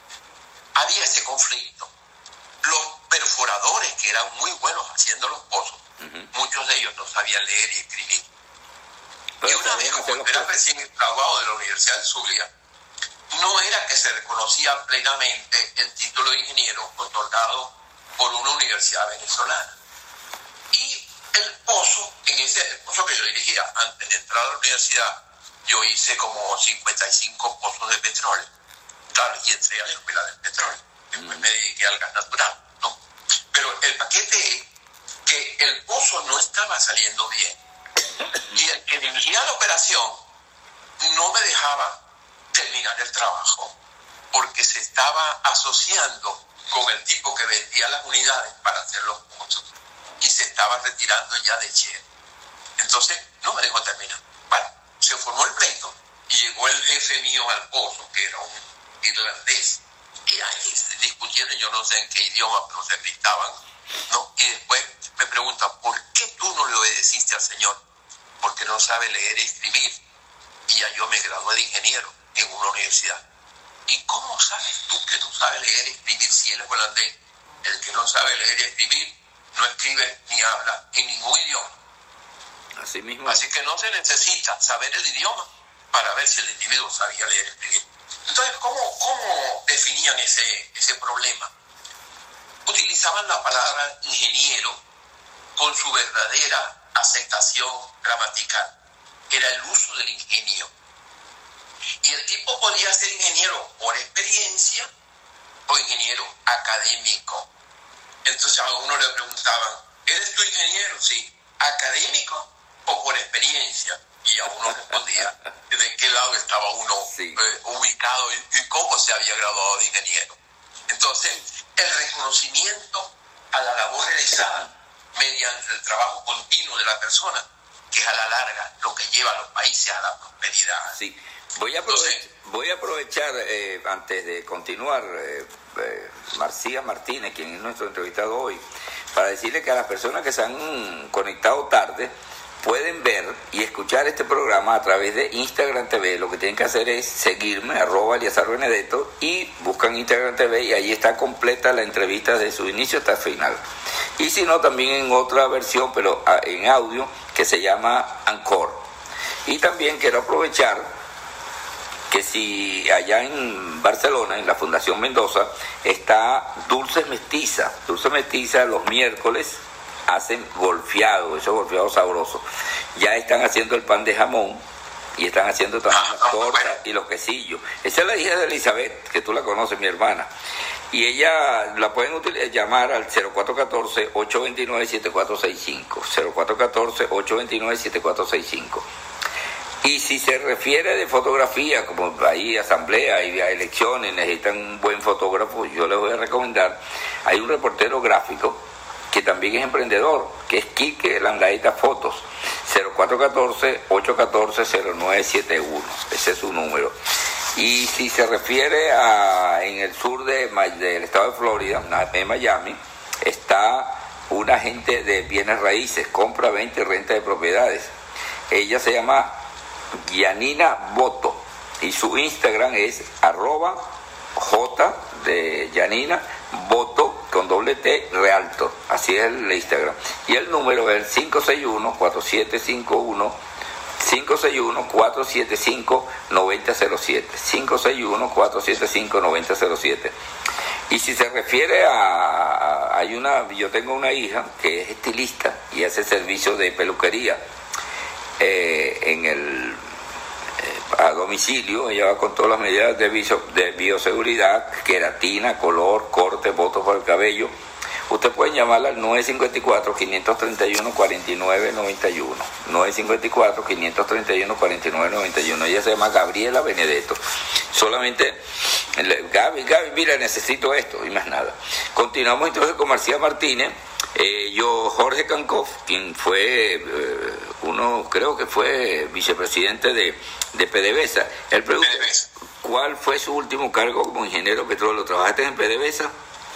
había ese conflicto. Los perforadores, que eran muy buenos haciendo los pozos, muchos de ellos no sabían leer y escribir. Pero y una vez, como era recién graduado de la Universidad de Zulia, no era que se reconocía plenamente el título de ingeniero otorgado por una universidad venezolana. Y el pozo que yo dirigía antes de entrar a la universidad, yo hice como 55 pozos de petróleo. Claro, y entré a la escuela del petróleo. Después me dediqué al gas natural, ¿no? Pero el paquete es que el pozo no estaba saliendo bien. Y el que dirigía la operación no me dejaba terminar el trabajo porque se estaba asociando con el tipo que vendía las unidades para hacer los pozos y se estaba retirando ya de Shell. Entonces no me dejó terminar. Bueno, se formó el pleito y llegó el jefe mío al pozo, que era un irlandés, y ahí discutieron, yo no sé en qué idioma, pero se gritaban, ¿no? Y después me preguntan, ¿por qué tú no le obedeciste al señor? Porque no sabe leer y escribir. Y ya yo me gradué de ingeniero en una universidad. ¿Y cómo sabes tú que no sabe leer y escribir si él es holandés? El que no sabe leer y escribir no escribe ni habla en ningún idioma. Así mismo. Así que no se necesita saber el idioma para ver si el individuo sabía leer y escribir. Entonces, ¿cómo definían ese problema? Utilizaban la palabra ingeniero con su verdadera aceptación gramatical. Era el uso del ingenio. Y el tipo podía ser ingeniero por experiencia o ingeniero académico. Entonces a uno le preguntaban, ¿eres tú ingeniero? Sí. ¿Académico o por experiencia? y a uno respondía de qué lado estaba uno ubicado y cómo se había graduado de ingeniero. Entonces, el reconocimiento a la labor realizada mediante el trabajo continuo de la persona, que es a la larga lo que lleva a los países a la prosperidad. Sí, voy a aprovechar antes de continuar, Marcía Martínez, quien es nuestro entrevistado hoy, para decirle que a las personas que se han conectado tarde pueden ver y escuchar este programa a través de Instagram TV. Lo que tienen que hacer es seguirme, @EliazarBenedetto, y buscan Instagram TV y ahí está completa la entrevista desde su inicio hasta el final. Y si no, también en otra versión, pero en audio, que se llama Anchor. Y también quiero aprovechar que si allá en Barcelona, en la Fundación Mendoza, está Dulces Mestiza. Dulces Mestiza los miércoles hacen golfeado, esos golfeados sabrosos. Ya están haciendo el pan de jamón y están haciendo también las tortas y los quesillos. Esa es la hija de Elizabeth, que tú la conoces, mi hermana. Y ella la pueden llamar al 0414-829-7465. 0414-829-7465. Y si se refiere de fotografía, como hay asamblea, hay elecciones, necesitan un buen fotógrafo, yo les voy a recomendar, hay un reportero gráfico que también es emprendedor, que es Quique Landaeta Fotos, 0414-814-0971, ese es su número. Y si se refiere a en el sur del estado de Florida, en Miami, está un agente de bienes raíces, compra, venta y renta de propiedades. Ella se llama Yanina Boto y su Instagram es @J de Yanina Boto con /T Realtor, así es el Instagram. Y el número es el 561-475-9007, 561-475-9007. Y si se refiere yo tengo una hija que es estilista y hace servicio de peluquería a domicilio. Ella va con todas las medidas de bioseguridad, queratina, color, corte, botos para el cabello. Usted puede llamarla al 954-531-4991. 954-531-4991. Ella se llama Gabriela Benedetto. Solamente, Gaby, mira, necesito esto y más nada. Continuamos entonces con Marcía Martínez. Jorge Cancoff, quien fue creo que fue vicepresidente de PDVSA. Él pregunta, ¿cuál fue su último cargo como ingeniero petróleo? ¿Trabajaste en PDVSA?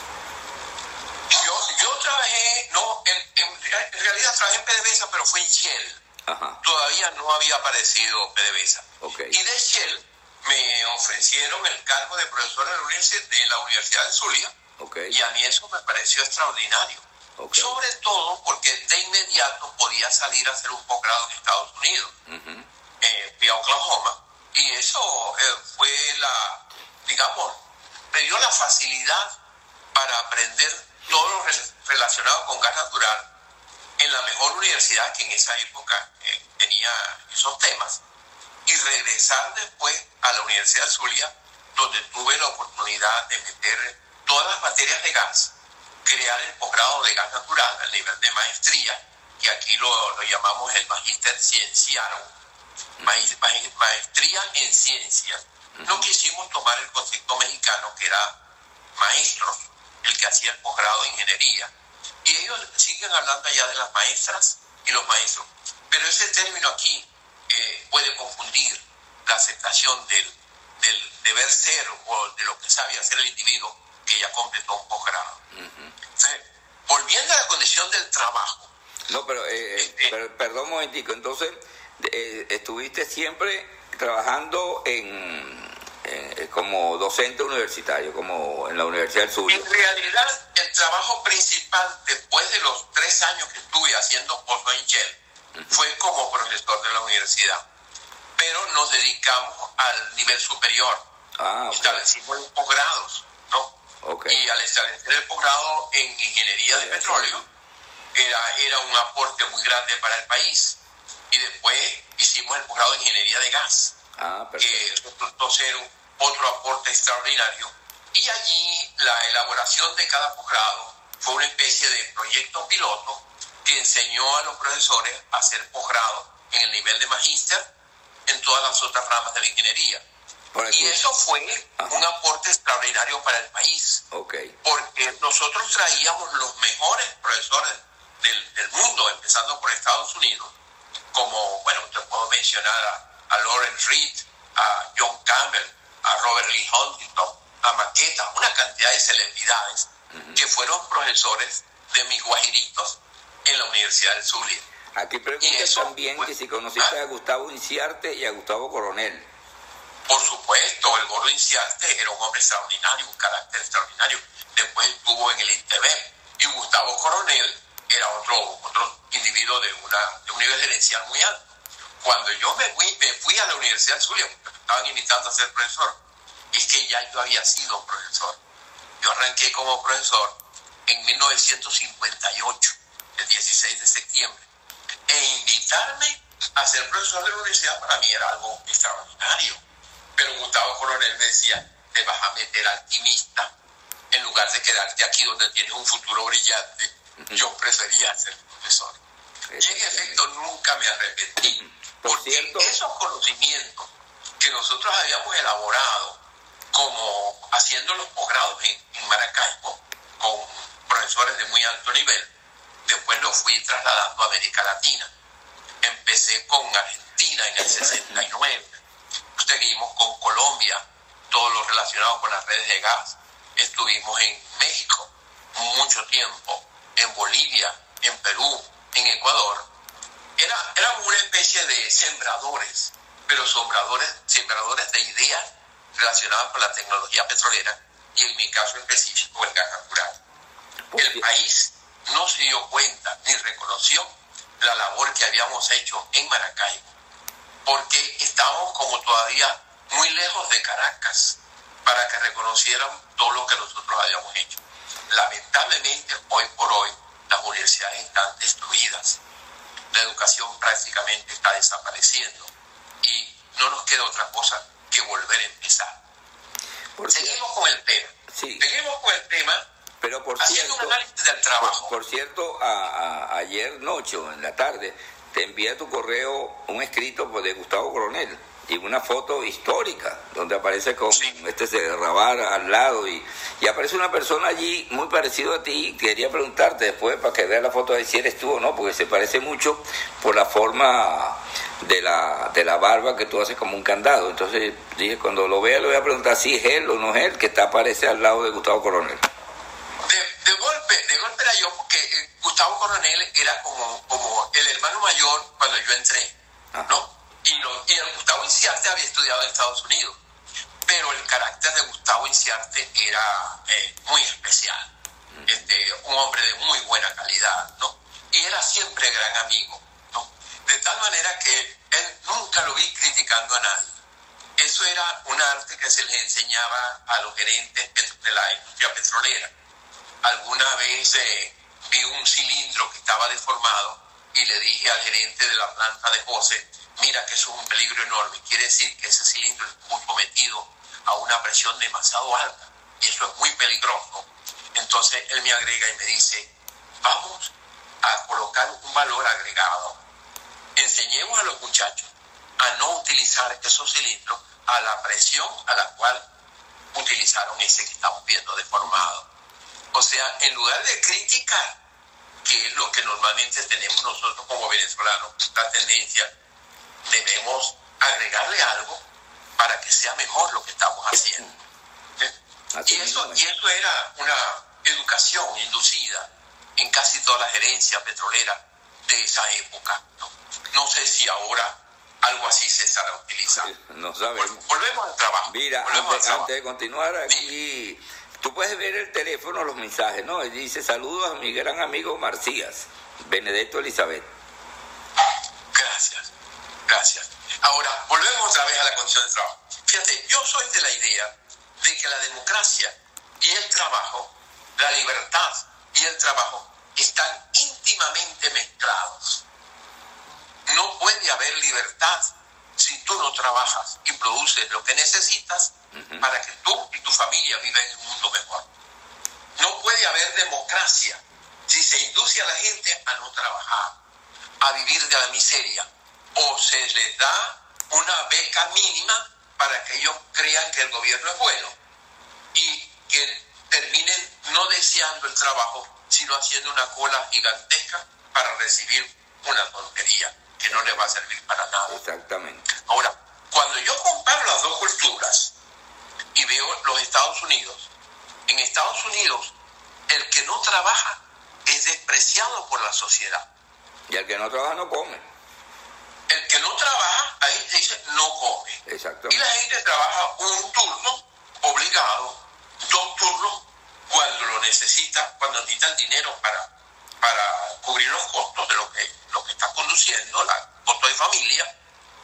Yo trabajé, en realidad trabajé en PDVSA, pero fue en Shell. Ajá. Todavía no había aparecido PDVSA. Okay. Y de Shell me ofrecieron el cargo de profesor en la Universidad de Zulia. Okay. Y a mí eso me pareció extraordinario. Okay. Sobre todo porque de inmediato podía salir a hacer un posgrado en Estados Unidos. Uh-huh. Fui a Oklahoma, y eso fue me dio la facilidad para aprender todo lo relacionado con gas natural en la mejor universidad que en esa época tenía esos temas, y regresar después a la Universidad de Zulia, donde tuve la oportunidad de meter todas las materias de gas, crear el posgrado de gas natural al nivel de maestría, que aquí lo llamamos el Magíster Cienciano, maestría en ciencias. No quisimos tomar el concepto mexicano, que era maestros, el que hacía el posgrado de ingeniería, y ellos siguen hablando allá de las maestras y los maestros, pero ese término aquí puede confundir la aceptación del deber ser o de lo que sabe hacer el individuo que ya completó un posgrado. Uh-huh. Entonces, volviendo a la condición del trabajo. No, pero perdón un momentico, entonces estuviste siempre trabajando como docente universitario, como en la Universidad del Zulia. En realidad, el trabajo principal, después de los 3 años que estuve haciendo posgrado en Shell, fue como profesor de la universidad. Pero nos dedicamos al nivel superior. Okay. Establecimos los posgrados, ¿no? Okay. Y al establecer el posgrado en ingeniería de petróleo, era un aporte muy grande para el país. Y después hicimos el posgrado de ingeniería de gas, que resultó ser otro aporte extraordinario. Y allí la elaboración de cada posgrado fue una especie de proyecto piloto que enseñó a los profesores a hacer posgrado en el nivel de magíster en todas las otras ramas de la ingeniería. Y eso fue un aporte extraordinario para el país, porque nosotros traíamos los mejores profesores del mundo, empezando por Estados Unidos, como, bueno, te puedo mencionar a Lawrence Reed, a John Campbell, a Robert Lee Huntington, a Maqueta, una cantidad de celebridades que fueron profesores de mis guajiritos en la Universidad del Zulia. Aquí preguntan también que si conociste a Gustavo Inciarte y a Gustavo Coronel. Por supuesto, el Gordo Inciarte era un hombre extraordinario, un carácter extraordinario. Después estuvo en el INTEBEP. Y Gustavo Coronel era otro individuo de un nivel gerencial muy alto. Cuando yo me fui a la Universidad de Zulia, porque me estaban invitando a ser profesor, es que ya yo había sido profesor. Yo arranqué como profesor en 1958, el 16 de septiembre. E invitarme a ser profesor de la universidad para mí era algo extraordinario. Pero Gustavo Coronel me decía, te vas a meter alquimista en lugar de quedarte aquí donde tienes un futuro brillante. Yo prefería ser profesor. Y en efecto nunca me arrepentí, porque esos conocimientos que nosotros habíamos elaborado, como haciendo los posgrados en Maracaibo, con profesores de muy alto nivel, después los fui trasladando a América Latina. Empecé con Argentina en el 69. Seguimos con Colombia, todo lo relacionado con las redes de gas. Estuvimos en México mucho tiempo, en Bolivia, en Perú, en Ecuador. Éramos una especie de sembradores, pero sembradores de ideas relacionadas con la tecnología petrolera y en mi caso específico el gas natural. El país no se dio cuenta ni reconoció la labor que habíamos hecho en Maracaibo, porque estábamos como todavía muy lejos de Caracas para que reconocieran todo lo que nosotros habíamos hecho. Lamentablemente, hoy por hoy, las universidades están destruidas. La educación prácticamente está desapareciendo y no nos queda otra cosa que volver a empezar. Seguimos con el tema. Sí. Seguimos con el tema. Pero por haciendo cierto, un análisis del trabajo. Por cierto, ayer noche o en la tarde, te envié a tu correo un escrito de Gustavo Coronel y una foto histórica donde aparece con Rabar al lado y aparece una persona allí muy parecido a ti. Quería preguntarte después para que veas la foto de si eres tú o no, porque se parece mucho por la forma de la barba que tú haces como un candado. Entonces dije, cuando lo vea le voy a preguntar si es él o no es él, que aparece al lado de Gustavo Coronel. De golpe era yo, porque Gustavo Coronel era como el hermano mayor cuando yo entré, ¿no? Y el Gustavo Inciarte había estudiado en Estados Unidos, pero el carácter de Gustavo Inciarte era muy especial, un hombre de muy buena calidad, ¿no? Y era siempre gran amigo, ¿no? De tal manera que él nunca lo vi criticando a nadie. Eso era un arte que se les enseñaba a los gerentes de la industria petrolera. Alguna vez vi un cilindro que estaba deformado y le dije al gerente de la planta de José, mira que eso es un peligro enorme, quiere decir que ese cilindro es muy sometido a una presión demasiado alta y eso es muy peligroso. Entonces él me agrega y me dice, vamos a colocar un valor agregado. Enseñemos a los muchachos a no utilizar esos cilindros a la presión a la cual utilizaron ese que estamos viendo deformado. O sea, en lugar de criticar, que es lo que normalmente tenemos nosotros como venezolanos, la tendencia, debemos agregarle algo para que sea mejor lo que estamos haciendo. Y eso era una educación inducida en casi toda la gerencia petrolera de esa época. No sé si ahora algo así se estará utilizando. No sabemos. Volvemos al trabajo. Mira, antes de continuar aquí, tú puedes ver el teléfono, los mensajes, ¿no? Y dice, saludos a mi gran amigo Marcías, Benedetto Elizabeth. Gracias. Ahora, volvemos otra vez a la condición de trabajo. Fíjate, yo soy de la idea de que la democracia y el trabajo, la libertad y el trabajo están íntimamente mezclados. No puede haber libertad si tú no trabajas y produces lo que necesitas para que tú y tu familia vivan en un mundo mejor. No puede haber democracia si se induce a la gente a no trabajar, a vivir de la miseria, o se les da una beca mínima para que ellos crean que el gobierno es bueno y que terminen no deseando el trabajo, sino haciendo una cola gigantesca para recibir una tontería que no les va a servir para nada. Exactamente. Ahora, cuando yo comparo las dos culturas y veo los Estados Unidos, en Estados Unidos el que no trabaja es despreciado por la sociedad. Y el que no trabaja no come. El que no trabaja, ahí se dice, no come. Exactamente. Y la gente trabaja un turno obligado, 2 turnos cuando lo necesita, cuando necesita el dinero para cubrir los costos de lo que está conduciendo, el costo de familia,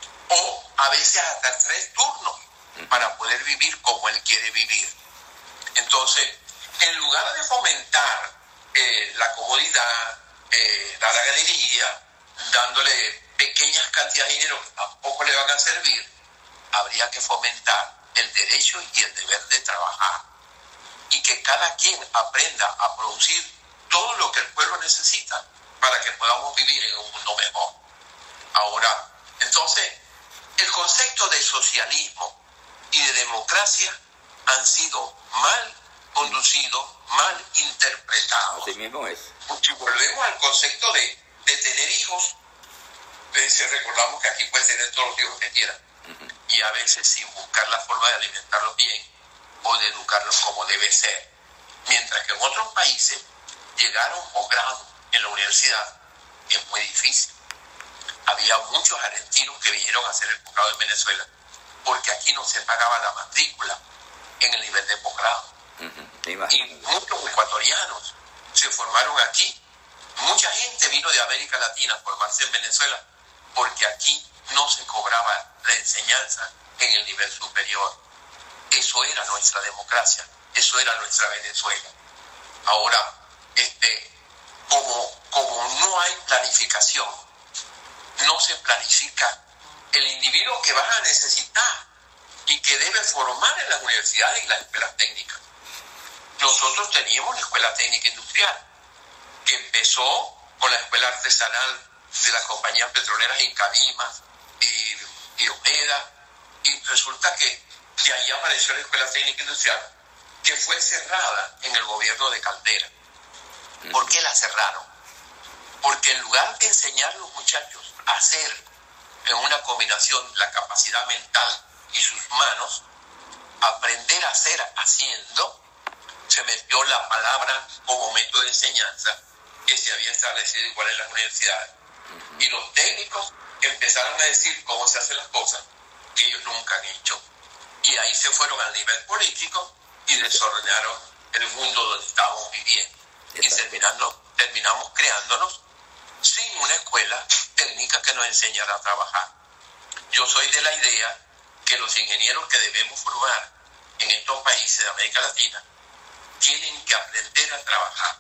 o a veces hasta 3 turnos para poder vivir como él quiere vivir. Entonces, en lugar de fomentar la comodidad, la ganadería, dándole pequeñas cantidades de dinero que tampoco le van a servir, habría que fomentar el derecho y el deber de trabajar y que cada quien aprenda a producir todo lo que el pueblo necesita para que podamos vivir en un mundo mejor. Ahora, entonces, el concepto de socialismo y de democracia han sido mal conducidos, mal interpretados. Así mismo es. Si volvemos al concepto de tener hijos, recordamos que aquí puedes tener todos los hijos que quieras, y a veces sin buscar la forma de alimentarlos bien o de educarlos como debe ser. Mientras que en otros países llegar a un posgrado en la universidad es muy difícil. Había muchos argentinos que vinieron a hacer el posgrado en Venezuela porque aquí no se pagaba la matrícula en el nivel de posgrado. Y muchos ecuatorianos se formaron aquí. Mucha gente vino de América Latina a formarse en Venezuela porque aquí no se cobraba la enseñanza en el nivel superior. Eso era nuestra democracia, eso era nuestra Venezuela. Ahora, como no hay planificación, no se planifica el individuo que vas a necesitar y que debe formar en las universidades y las escuelas técnicas. Nosotros teníamos la Escuela Técnica Industrial, que empezó con la escuela artesanal de las compañías petroleras Incavimas y Ojeda, y resulta que de ahí apareció la Escuela Técnica Industrial, que fue cerrada en el gobierno de Caldera. ¿Por qué la cerraron? Porque en lugar de enseñar a los muchachos a hacer en una combinación la capacidad mental y sus manos, aprender a hacer haciendo, se metió la palabra como método de enseñanza que se había establecido igual en las universidades. Y los técnicos empezaron a decir cómo se hacen las cosas que ellos nunca han hecho. Y ahí se fueron al nivel político y desordenaron el mundo donde estábamos viviendo. Y terminamos creándonos sin una escuela técnica que nos enseñara a trabajar. Yo soy de la idea que los ingenieros que debemos formar en estos países de América Latina tienen que aprender a trabajar.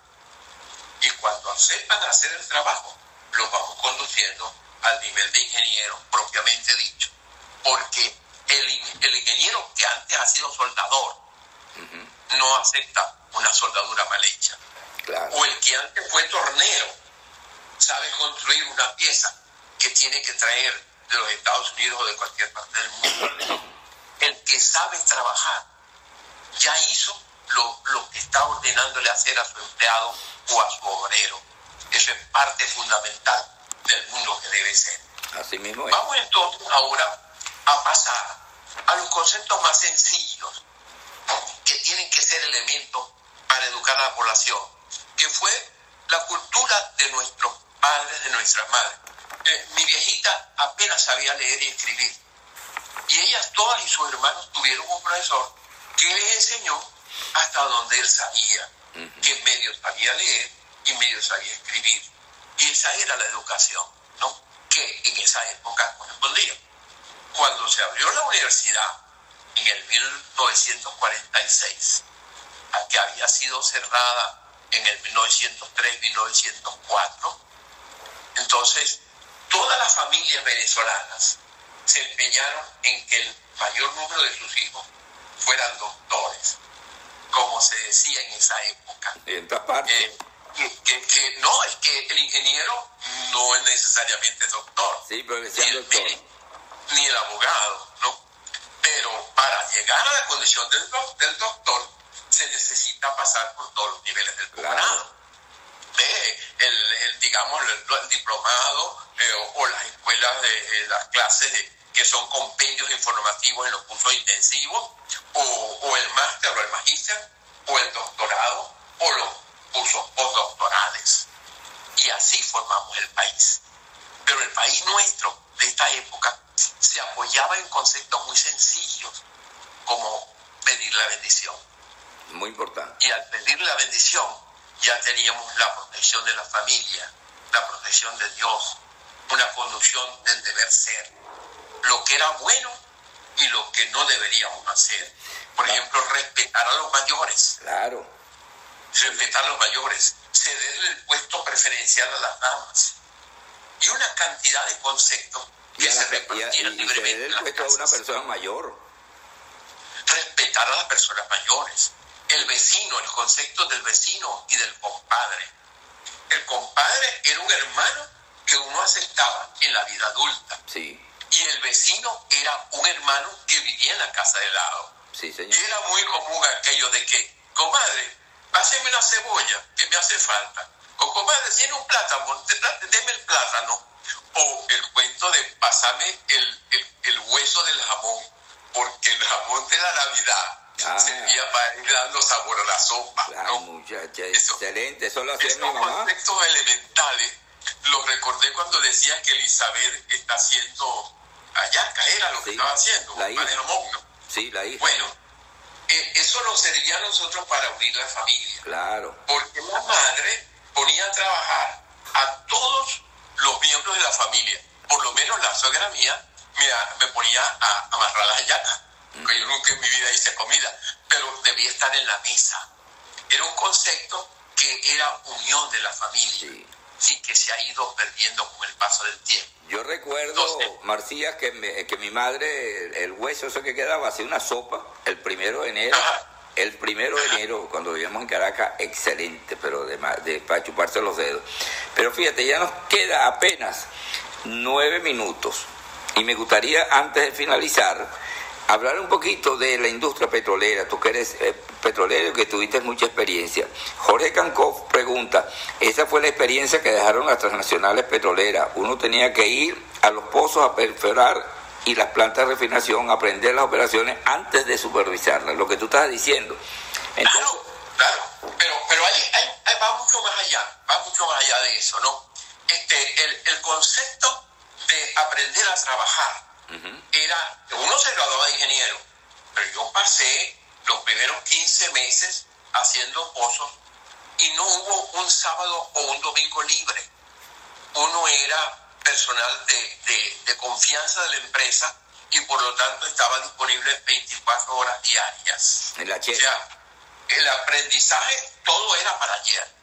Y cuando sepan hacer el trabajo, los vamos conduciendo al nivel de ingeniero propiamente dicho. Porque el ingeniero que antes ha sido soldador no acepta una soldadura mal hecha. Claro. O el que antes fue tornero sabe construir una pieza que tiene que traer de los Estados Unidos o de cualquier parte del mundo. El que sabe trabajar ya hizo lo que está ordenándole hacer a su empleado o a su obrero. Eso es parte fundamental del mundo que debe ser. Así mismo es. Vamos entonces ahora a pasar a los conceptos más sencillos que tienen que ser elementos para educar a la población, que fue la cultura de nuestros padres, de nuestras madres. Mi viejita apenas sabía leer y escribir, y ellas todas y sus hermanos tuvieron un profesor que les enseñó hasta donde él sabía, que medio sabía leer y medio sabía escribir, y esa era la educación, ¿no?, que en esa época correspondía. Cuando se abrió la universidad en el 1946, que había sido cerrada en el 1903-1904, entonces todas las familias venezolanas se empeñaron en que el mayor número de sus hijos fueran doctores, como se decía en esa época. En esta parte. No, es que el ingeniero no es necesariamente doctor. Sí, pero decían doctor. Ni el abogado, ¿no? Pero para llegar a la condición del doctor se necesita pasar por todos los niveles del posgrado. Digamos, el diplomado o las escuelas de las clases que son compendios informativos en los cursos intensivos, o el máster o el magíster, o el doctorado, o los cursos postdoctorales. Y así formamos el país. Pero el país nuestro, de esta época, se apoyaba en conceptos muy sencillos, como pedir la bendición. Muy importante. Y al pedir la bendición, ya teníamos la protección de la familia, la protección de Dios, una conducción del deber ser, lo que era bueno y lo que no deberíamos hacer. Por ejemplo, respetar a los mayores. Claro. Respetar a los mayores, cederle el puesto preferencial a las damas. Y una cantidad de conceptos que se repartían libremente en las casas. A una persona mayor. Respetar a las personas mayores. El vecino, el concepto del vecino y del compadre. El compadre era un hermano que uno aceptaba en la vida adulta. Sí. Y el vecino era un hermano que vivía en la casa de lado. Sí, señor. Y era muy común aquello de que, comadre, páseme una cebolla que me hace falta. O comadre, tiene un plátano, deme el plátano. O el cuento de pásame el hueso del jamón, porque el jamón de la Navidad servía para ir dando sabor a la sopa. Claro, ¿no? Muchacha, excelente, eso lo hacía mi mamá. Esos conceptos elementales los recordé cuando decía que Elizabeth está haciendo hallaca, era lo que estaba haciendo, la hija. de jamón, ¿no? Sí, la hija. Bueno, eso nos servía a nosotros para unir la familia. Claro. Porque la madre ponía a trabajar a todos los miembros de la familia. Por lo menos la suegra mía me ponía a amarrar las hallacas. Porque yo nunca en mi vida hice comida, pero debía estar en la mesa. Era un concepto que era unión de la familia. Sí, que se ha ido perdiendo con el paso del tiempo. Yo recuerdo, Marcías, que mi madre, el hueso eso que quedaba, hacía una sopa el 1 de enero. Ajá. El 1 de enero, cuando vivíamos en Caracas, excelente, pero para chuparse los dedos. Pero fíjate, ya nos queda apenas 9 minutos. Y me gustaría, antes de finalizar, hablar un poquito de la industria petrolera. Tú que eres petrolero y que tuviste mucha experiencia. Jorge Cancov pregunta, esa fue la experiencia que dejaron las transnacionales petroleras. Uno tenía que ir a los pozos a perforar y las plantas de refinación, aprender las operaciones antes de supervisarlas, lo que tú estás diciendo. Entonces, claro, pero ahí va mucho más allá de eso, ¿no? El concepto de aprender a trabajar era, uno se graduaba de ingeniero, pero yo pasé los primeros 15 meses haciendo pozos y no hubo un sábado o un domingo libre. Uno era personal de confianza de la empresa y por lo tanto estaba disponible 24 horas diarias. En la chela. O sea, el aprendizaje, todo era para ayer,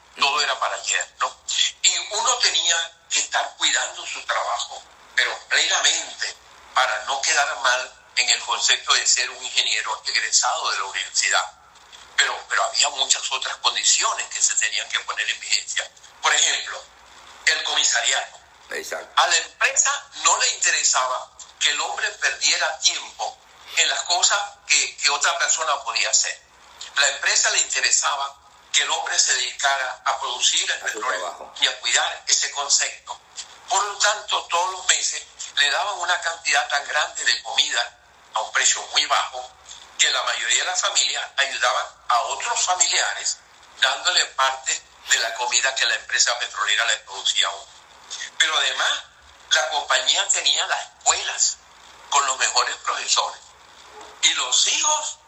¿no? Y uno tenía que estar cuidando su trabajo, pero plenamente, para no quedar mal en el concepto de ser un ingeniero egresado de la universidad. Pero había muchas otras condiciones que se tenían que poner en vigencia. Por ejemplo, el comisariato. Exacto. A la empresa no le interesaba que el hombre perdiera tiempo en las cosas que otra persona podía hacer. La empresa le interesaba que el hombre se dedicara a producir el petróleo y a cuidar ese concepto. Por lo tanto, todos los meses le daban una cantidad tan grande de comida a un precio muy bajo que la mayoría de las familias ayudaban a otros familiares dándole parte de la comida que la empresa petrolera le producía a uno. Pero además, la compañía tenía las escuelas con los mejores profesores. Y los hijos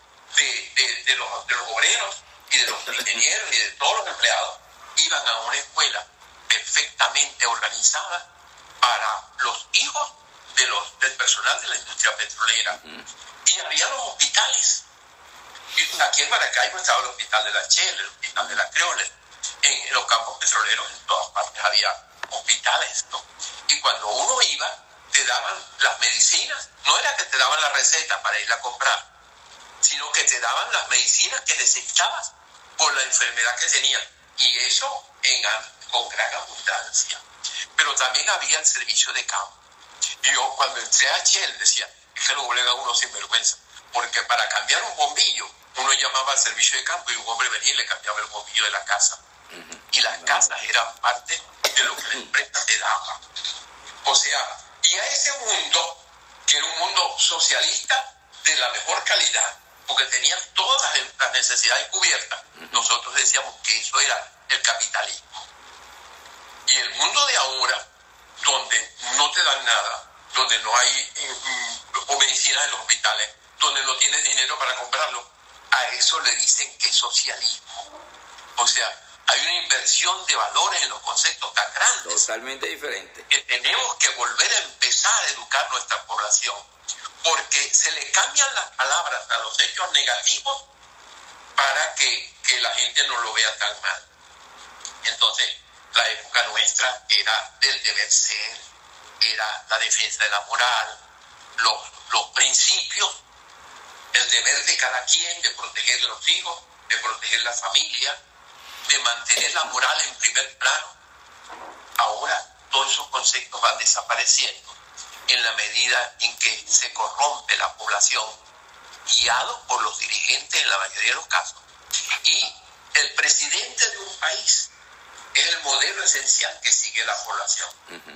de los obreros y de los ingenieros y de todos los empleados iban a una escuela perfectamente organizada para los hijos del personal de la industria petrolera. Y había los hospitales. Y aquí en Maracaibo estaba el hospital de la Shell, el hospital de la Creole. En los campos petroleros, en todas partes había hospitales, ¿no? Y cuando uno iba, te daban las medicinas. No era que te daban la receta para ir a comprar, sino que te daban las medicinas que necesitabas por la enfermedad que tenías. Y eso con gran abundancia. pero también había el servicio de campo. Y yo cuando entré a Shell decía, es que lo obliga a uno sin vergüenza, porque para cambiar un bombillo, uno llamaba al servicio de campo y un hombre venía y le cambiaba el bombillo de la casa. Y las casas eran parte de lo que la empresa te daba. O sea, y a ese mundo, que era un mundo socialista de la mejor calidad, porque tenían todas las necesidades cubiertas, nosotros decíamos que eso era el capitalismo. Y el mundo de ahora, donde no te dan nada, donde no hay medicinas en los hospitales, donde no tienes dinero para comprarlo, a eso le dicen que es socialismo. O sea, hay una inversión de valores en los conceptos tan grandes. Totalmente diferente. Que tenemos que volver a empezar a educar nuestra población, porque se le cambian las palabras a los hechos negativos para que la gente no lo vea tan mal. Entonces, la época nuestra era del deber ser, era la defensa de la moral, los principios, el deber de cada quien de proteger a los hijos, de proteger la familia, de mantener la moral en primer plano. Ahora todos esos conceptos van desapareciendo en la medida en que se corrompe la población, guiado por los dirigentes en la mayoría de los casos. Y el presidente de un país es el modelo esencial que sigue la población.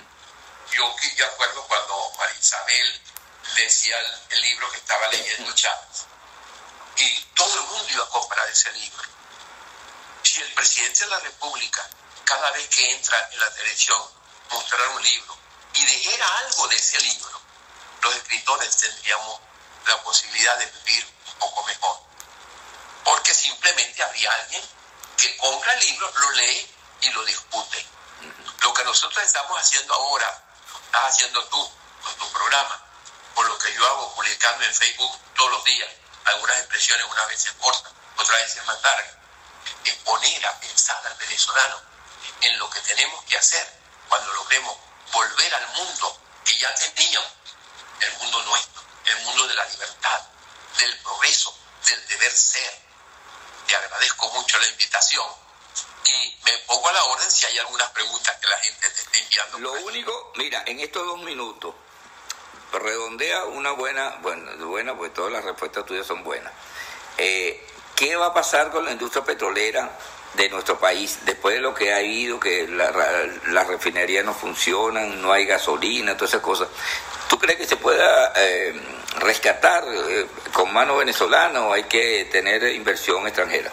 Yo me acuerdo cuando María Isabel decía el libro que estaba leyendo Chávez, y todo el mundo iba a comprar ese libro. Si el presidente de la República, cada vez que entra en la televisión, mostrara un libro y dijera algo de ese libro, los escritores tendríamos la posibilidad de vivir un poco mejor. Porque simplemente habría alguien que compra el libro, lo lee y lo discute. Lo que nosotros estamos haciendo ahora, lo estás haciendo tú con tu programa, por lo que yo hago publicando en Facebook todos los días, algunas expresiones unas veces cortas, otras veces más largas, es poner a pensar al venezolano en lo que tenemos que hacer cuando logremos volver al mundo que ya teníamos, el mundo nuestro, el mundo de la libertad, del progreso, del deber ser. Te agradezco mucho la invitación y me pongo a la orden si hay algunas preguntas que la gente te esté enviando. Lo único, mira, en estos 2 minutos, redondea una buena, pues todas las respuestas tuyas son buenas. ¿Qué va a pasar con la industria petrolera de nuestro país después de lo que ha habido, que las refinerías no funcionan, no hay gasolina, todas esas cosas? ¿Tú crees que se pueda rescatar con mano venezolana o hay que tener inversión extranjera?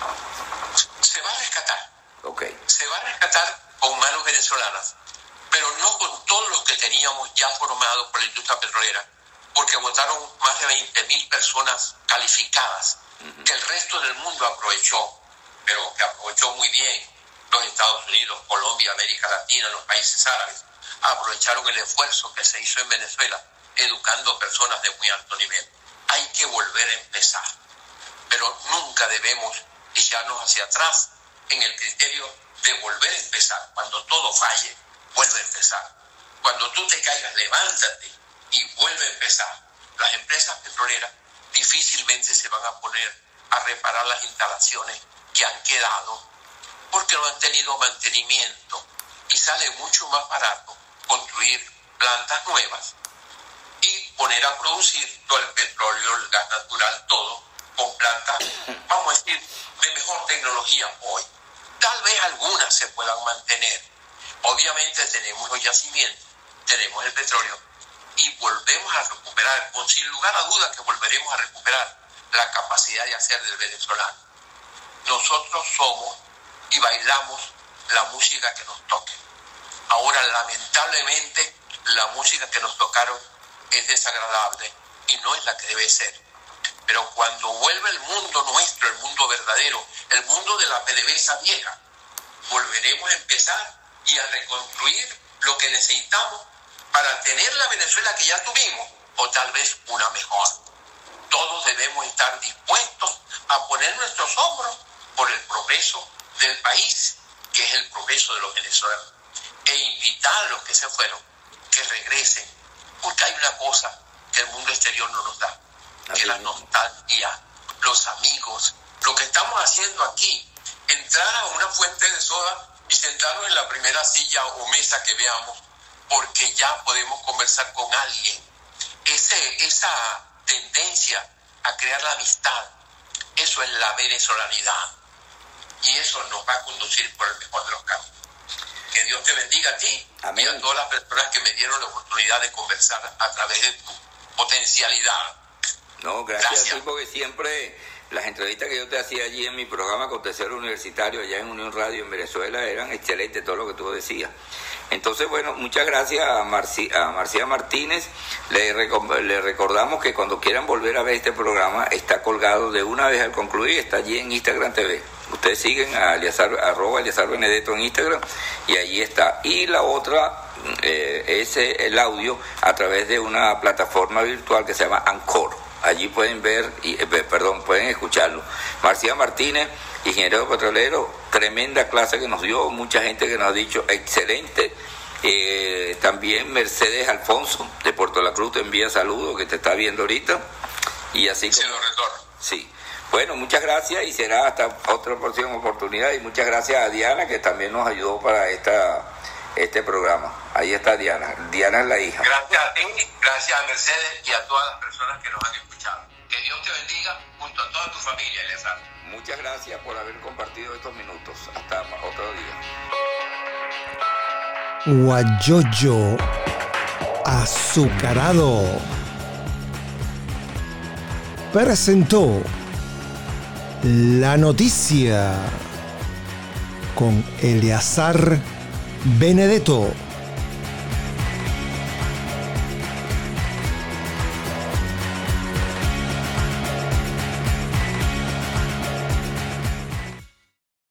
Se va a rescatar. Okay. Se va a rescatar con manos venezolanas, pero no con todos los que teníamos ya formados por la industria petrolera, porque votaron más de 20.000 personas calificadas, que el resto del mundo aprovechó, pero que aprovechó muy bien. Los Estados Unidos, Colombia, América Latina, los países árabes, aprovecharon el esfuerzo que se hizo en Venezuela, educando personas de muy alto nivel. Hay que volver a empezar, pero nunca debemos echarnos hacia atrás en el criterio de volver a empezar. Cuando todo falle, vuelve a empezar. Cuando tú te caigas, levántate y vuelve a empezar. Las empresas petroleras difícilmente se van a poner a reparar las instalaciones que han quedado porque no han tenido mantenimiento, y sale mucho más barato construir plantas nuevas y poner a producir todo el petróleo, el gas natural, todo con plantas, vamos a decir, de mejor tecnología hoy. Tal vez algunas se puedan mantener. Obviamente tenemos los yacimientos, tenemos el petróleo, y volvemos a recuperar, o sin lugar a dudas que volveremos a recuperar la capacidad de hacer del venezolano. Nosotros somos y bailamos la música que nos toque. Ahora, lamentablemente, la música que nos tocaron es desagradable y no es la que debe ser. Pero cuando vuelva el mundo nuestro, el mundo verdadero, el mundo de la PDVSA vieja, volveremos a empezar y a reconstruir lo que necesitamos para tener la Venezuela que ya tuvimos, o tal vez una mejor. Todos debemos estar dispuestos a poner nuestros hombros por el progreso del país, que es el progreso de los venezolanos, e invitar a los que se fueron que regresen, porque hay una cosa que el mundo exterior no nos da, que es la nostalgia, los amigos, lo que estamos haciendo aquí, entrar a una fuente de soda y sentarnos en la primera silla o mesa que veamos, porque ya podemos conversar con alguien. Esa tendencia a crear la amistad, eso es la venezolanidad, y eso nos va a conducir por el mejor de los caminos. Que Dios te bendiga a ti. Amén. Y a todas las personas que me dieron la oportunidad de conversar a través de tu potencialidad. No, gracias a ti, porque siempre las entrevistas que yo te hacía allí en mi programa Acontecer Universitario allá en Unión Radio en Venezuela eran excelentes, todo lo que tú decías. Entonces, bueno, muchas gracias a Marcia Martínez. Le recordamos que cuando quieran volver a ver este programa, está colgado de una vez al concluir, está allí en Instagram TV. Ustedes siguen a @Eleazar Benedetto en Instagram y allí está. Y la otra es el audio a través de una plataforma virtual que se llama Anchor. Allí pueden pueden escucharlo. Marcia Martínez, ingeniero petrolero, tremenda clase que nos dio, mucha gente que nos ha dicho excelente. También Mercedes Alfonso de Puerto La Cruz te envía saludos, que te está viendo ahorita. Y así como... Sí. Bueno, muchas gracias y será hasta otra próxima oportunidad. Y muchas gracias a Diana, que también nos ayudó para este programa. Ahí está Diana. Diana es la hija. Gracias a ti, gracias a Mercedes y a todas las personas que nos han escuchado. Que Dios te bendiga junto a toda tu familia, Eleazar. Muchas gracias por haber compartido estos minutos. Hasta otro día. Guayoyo azucarado presentó la noticia con Eleazar Benedetto.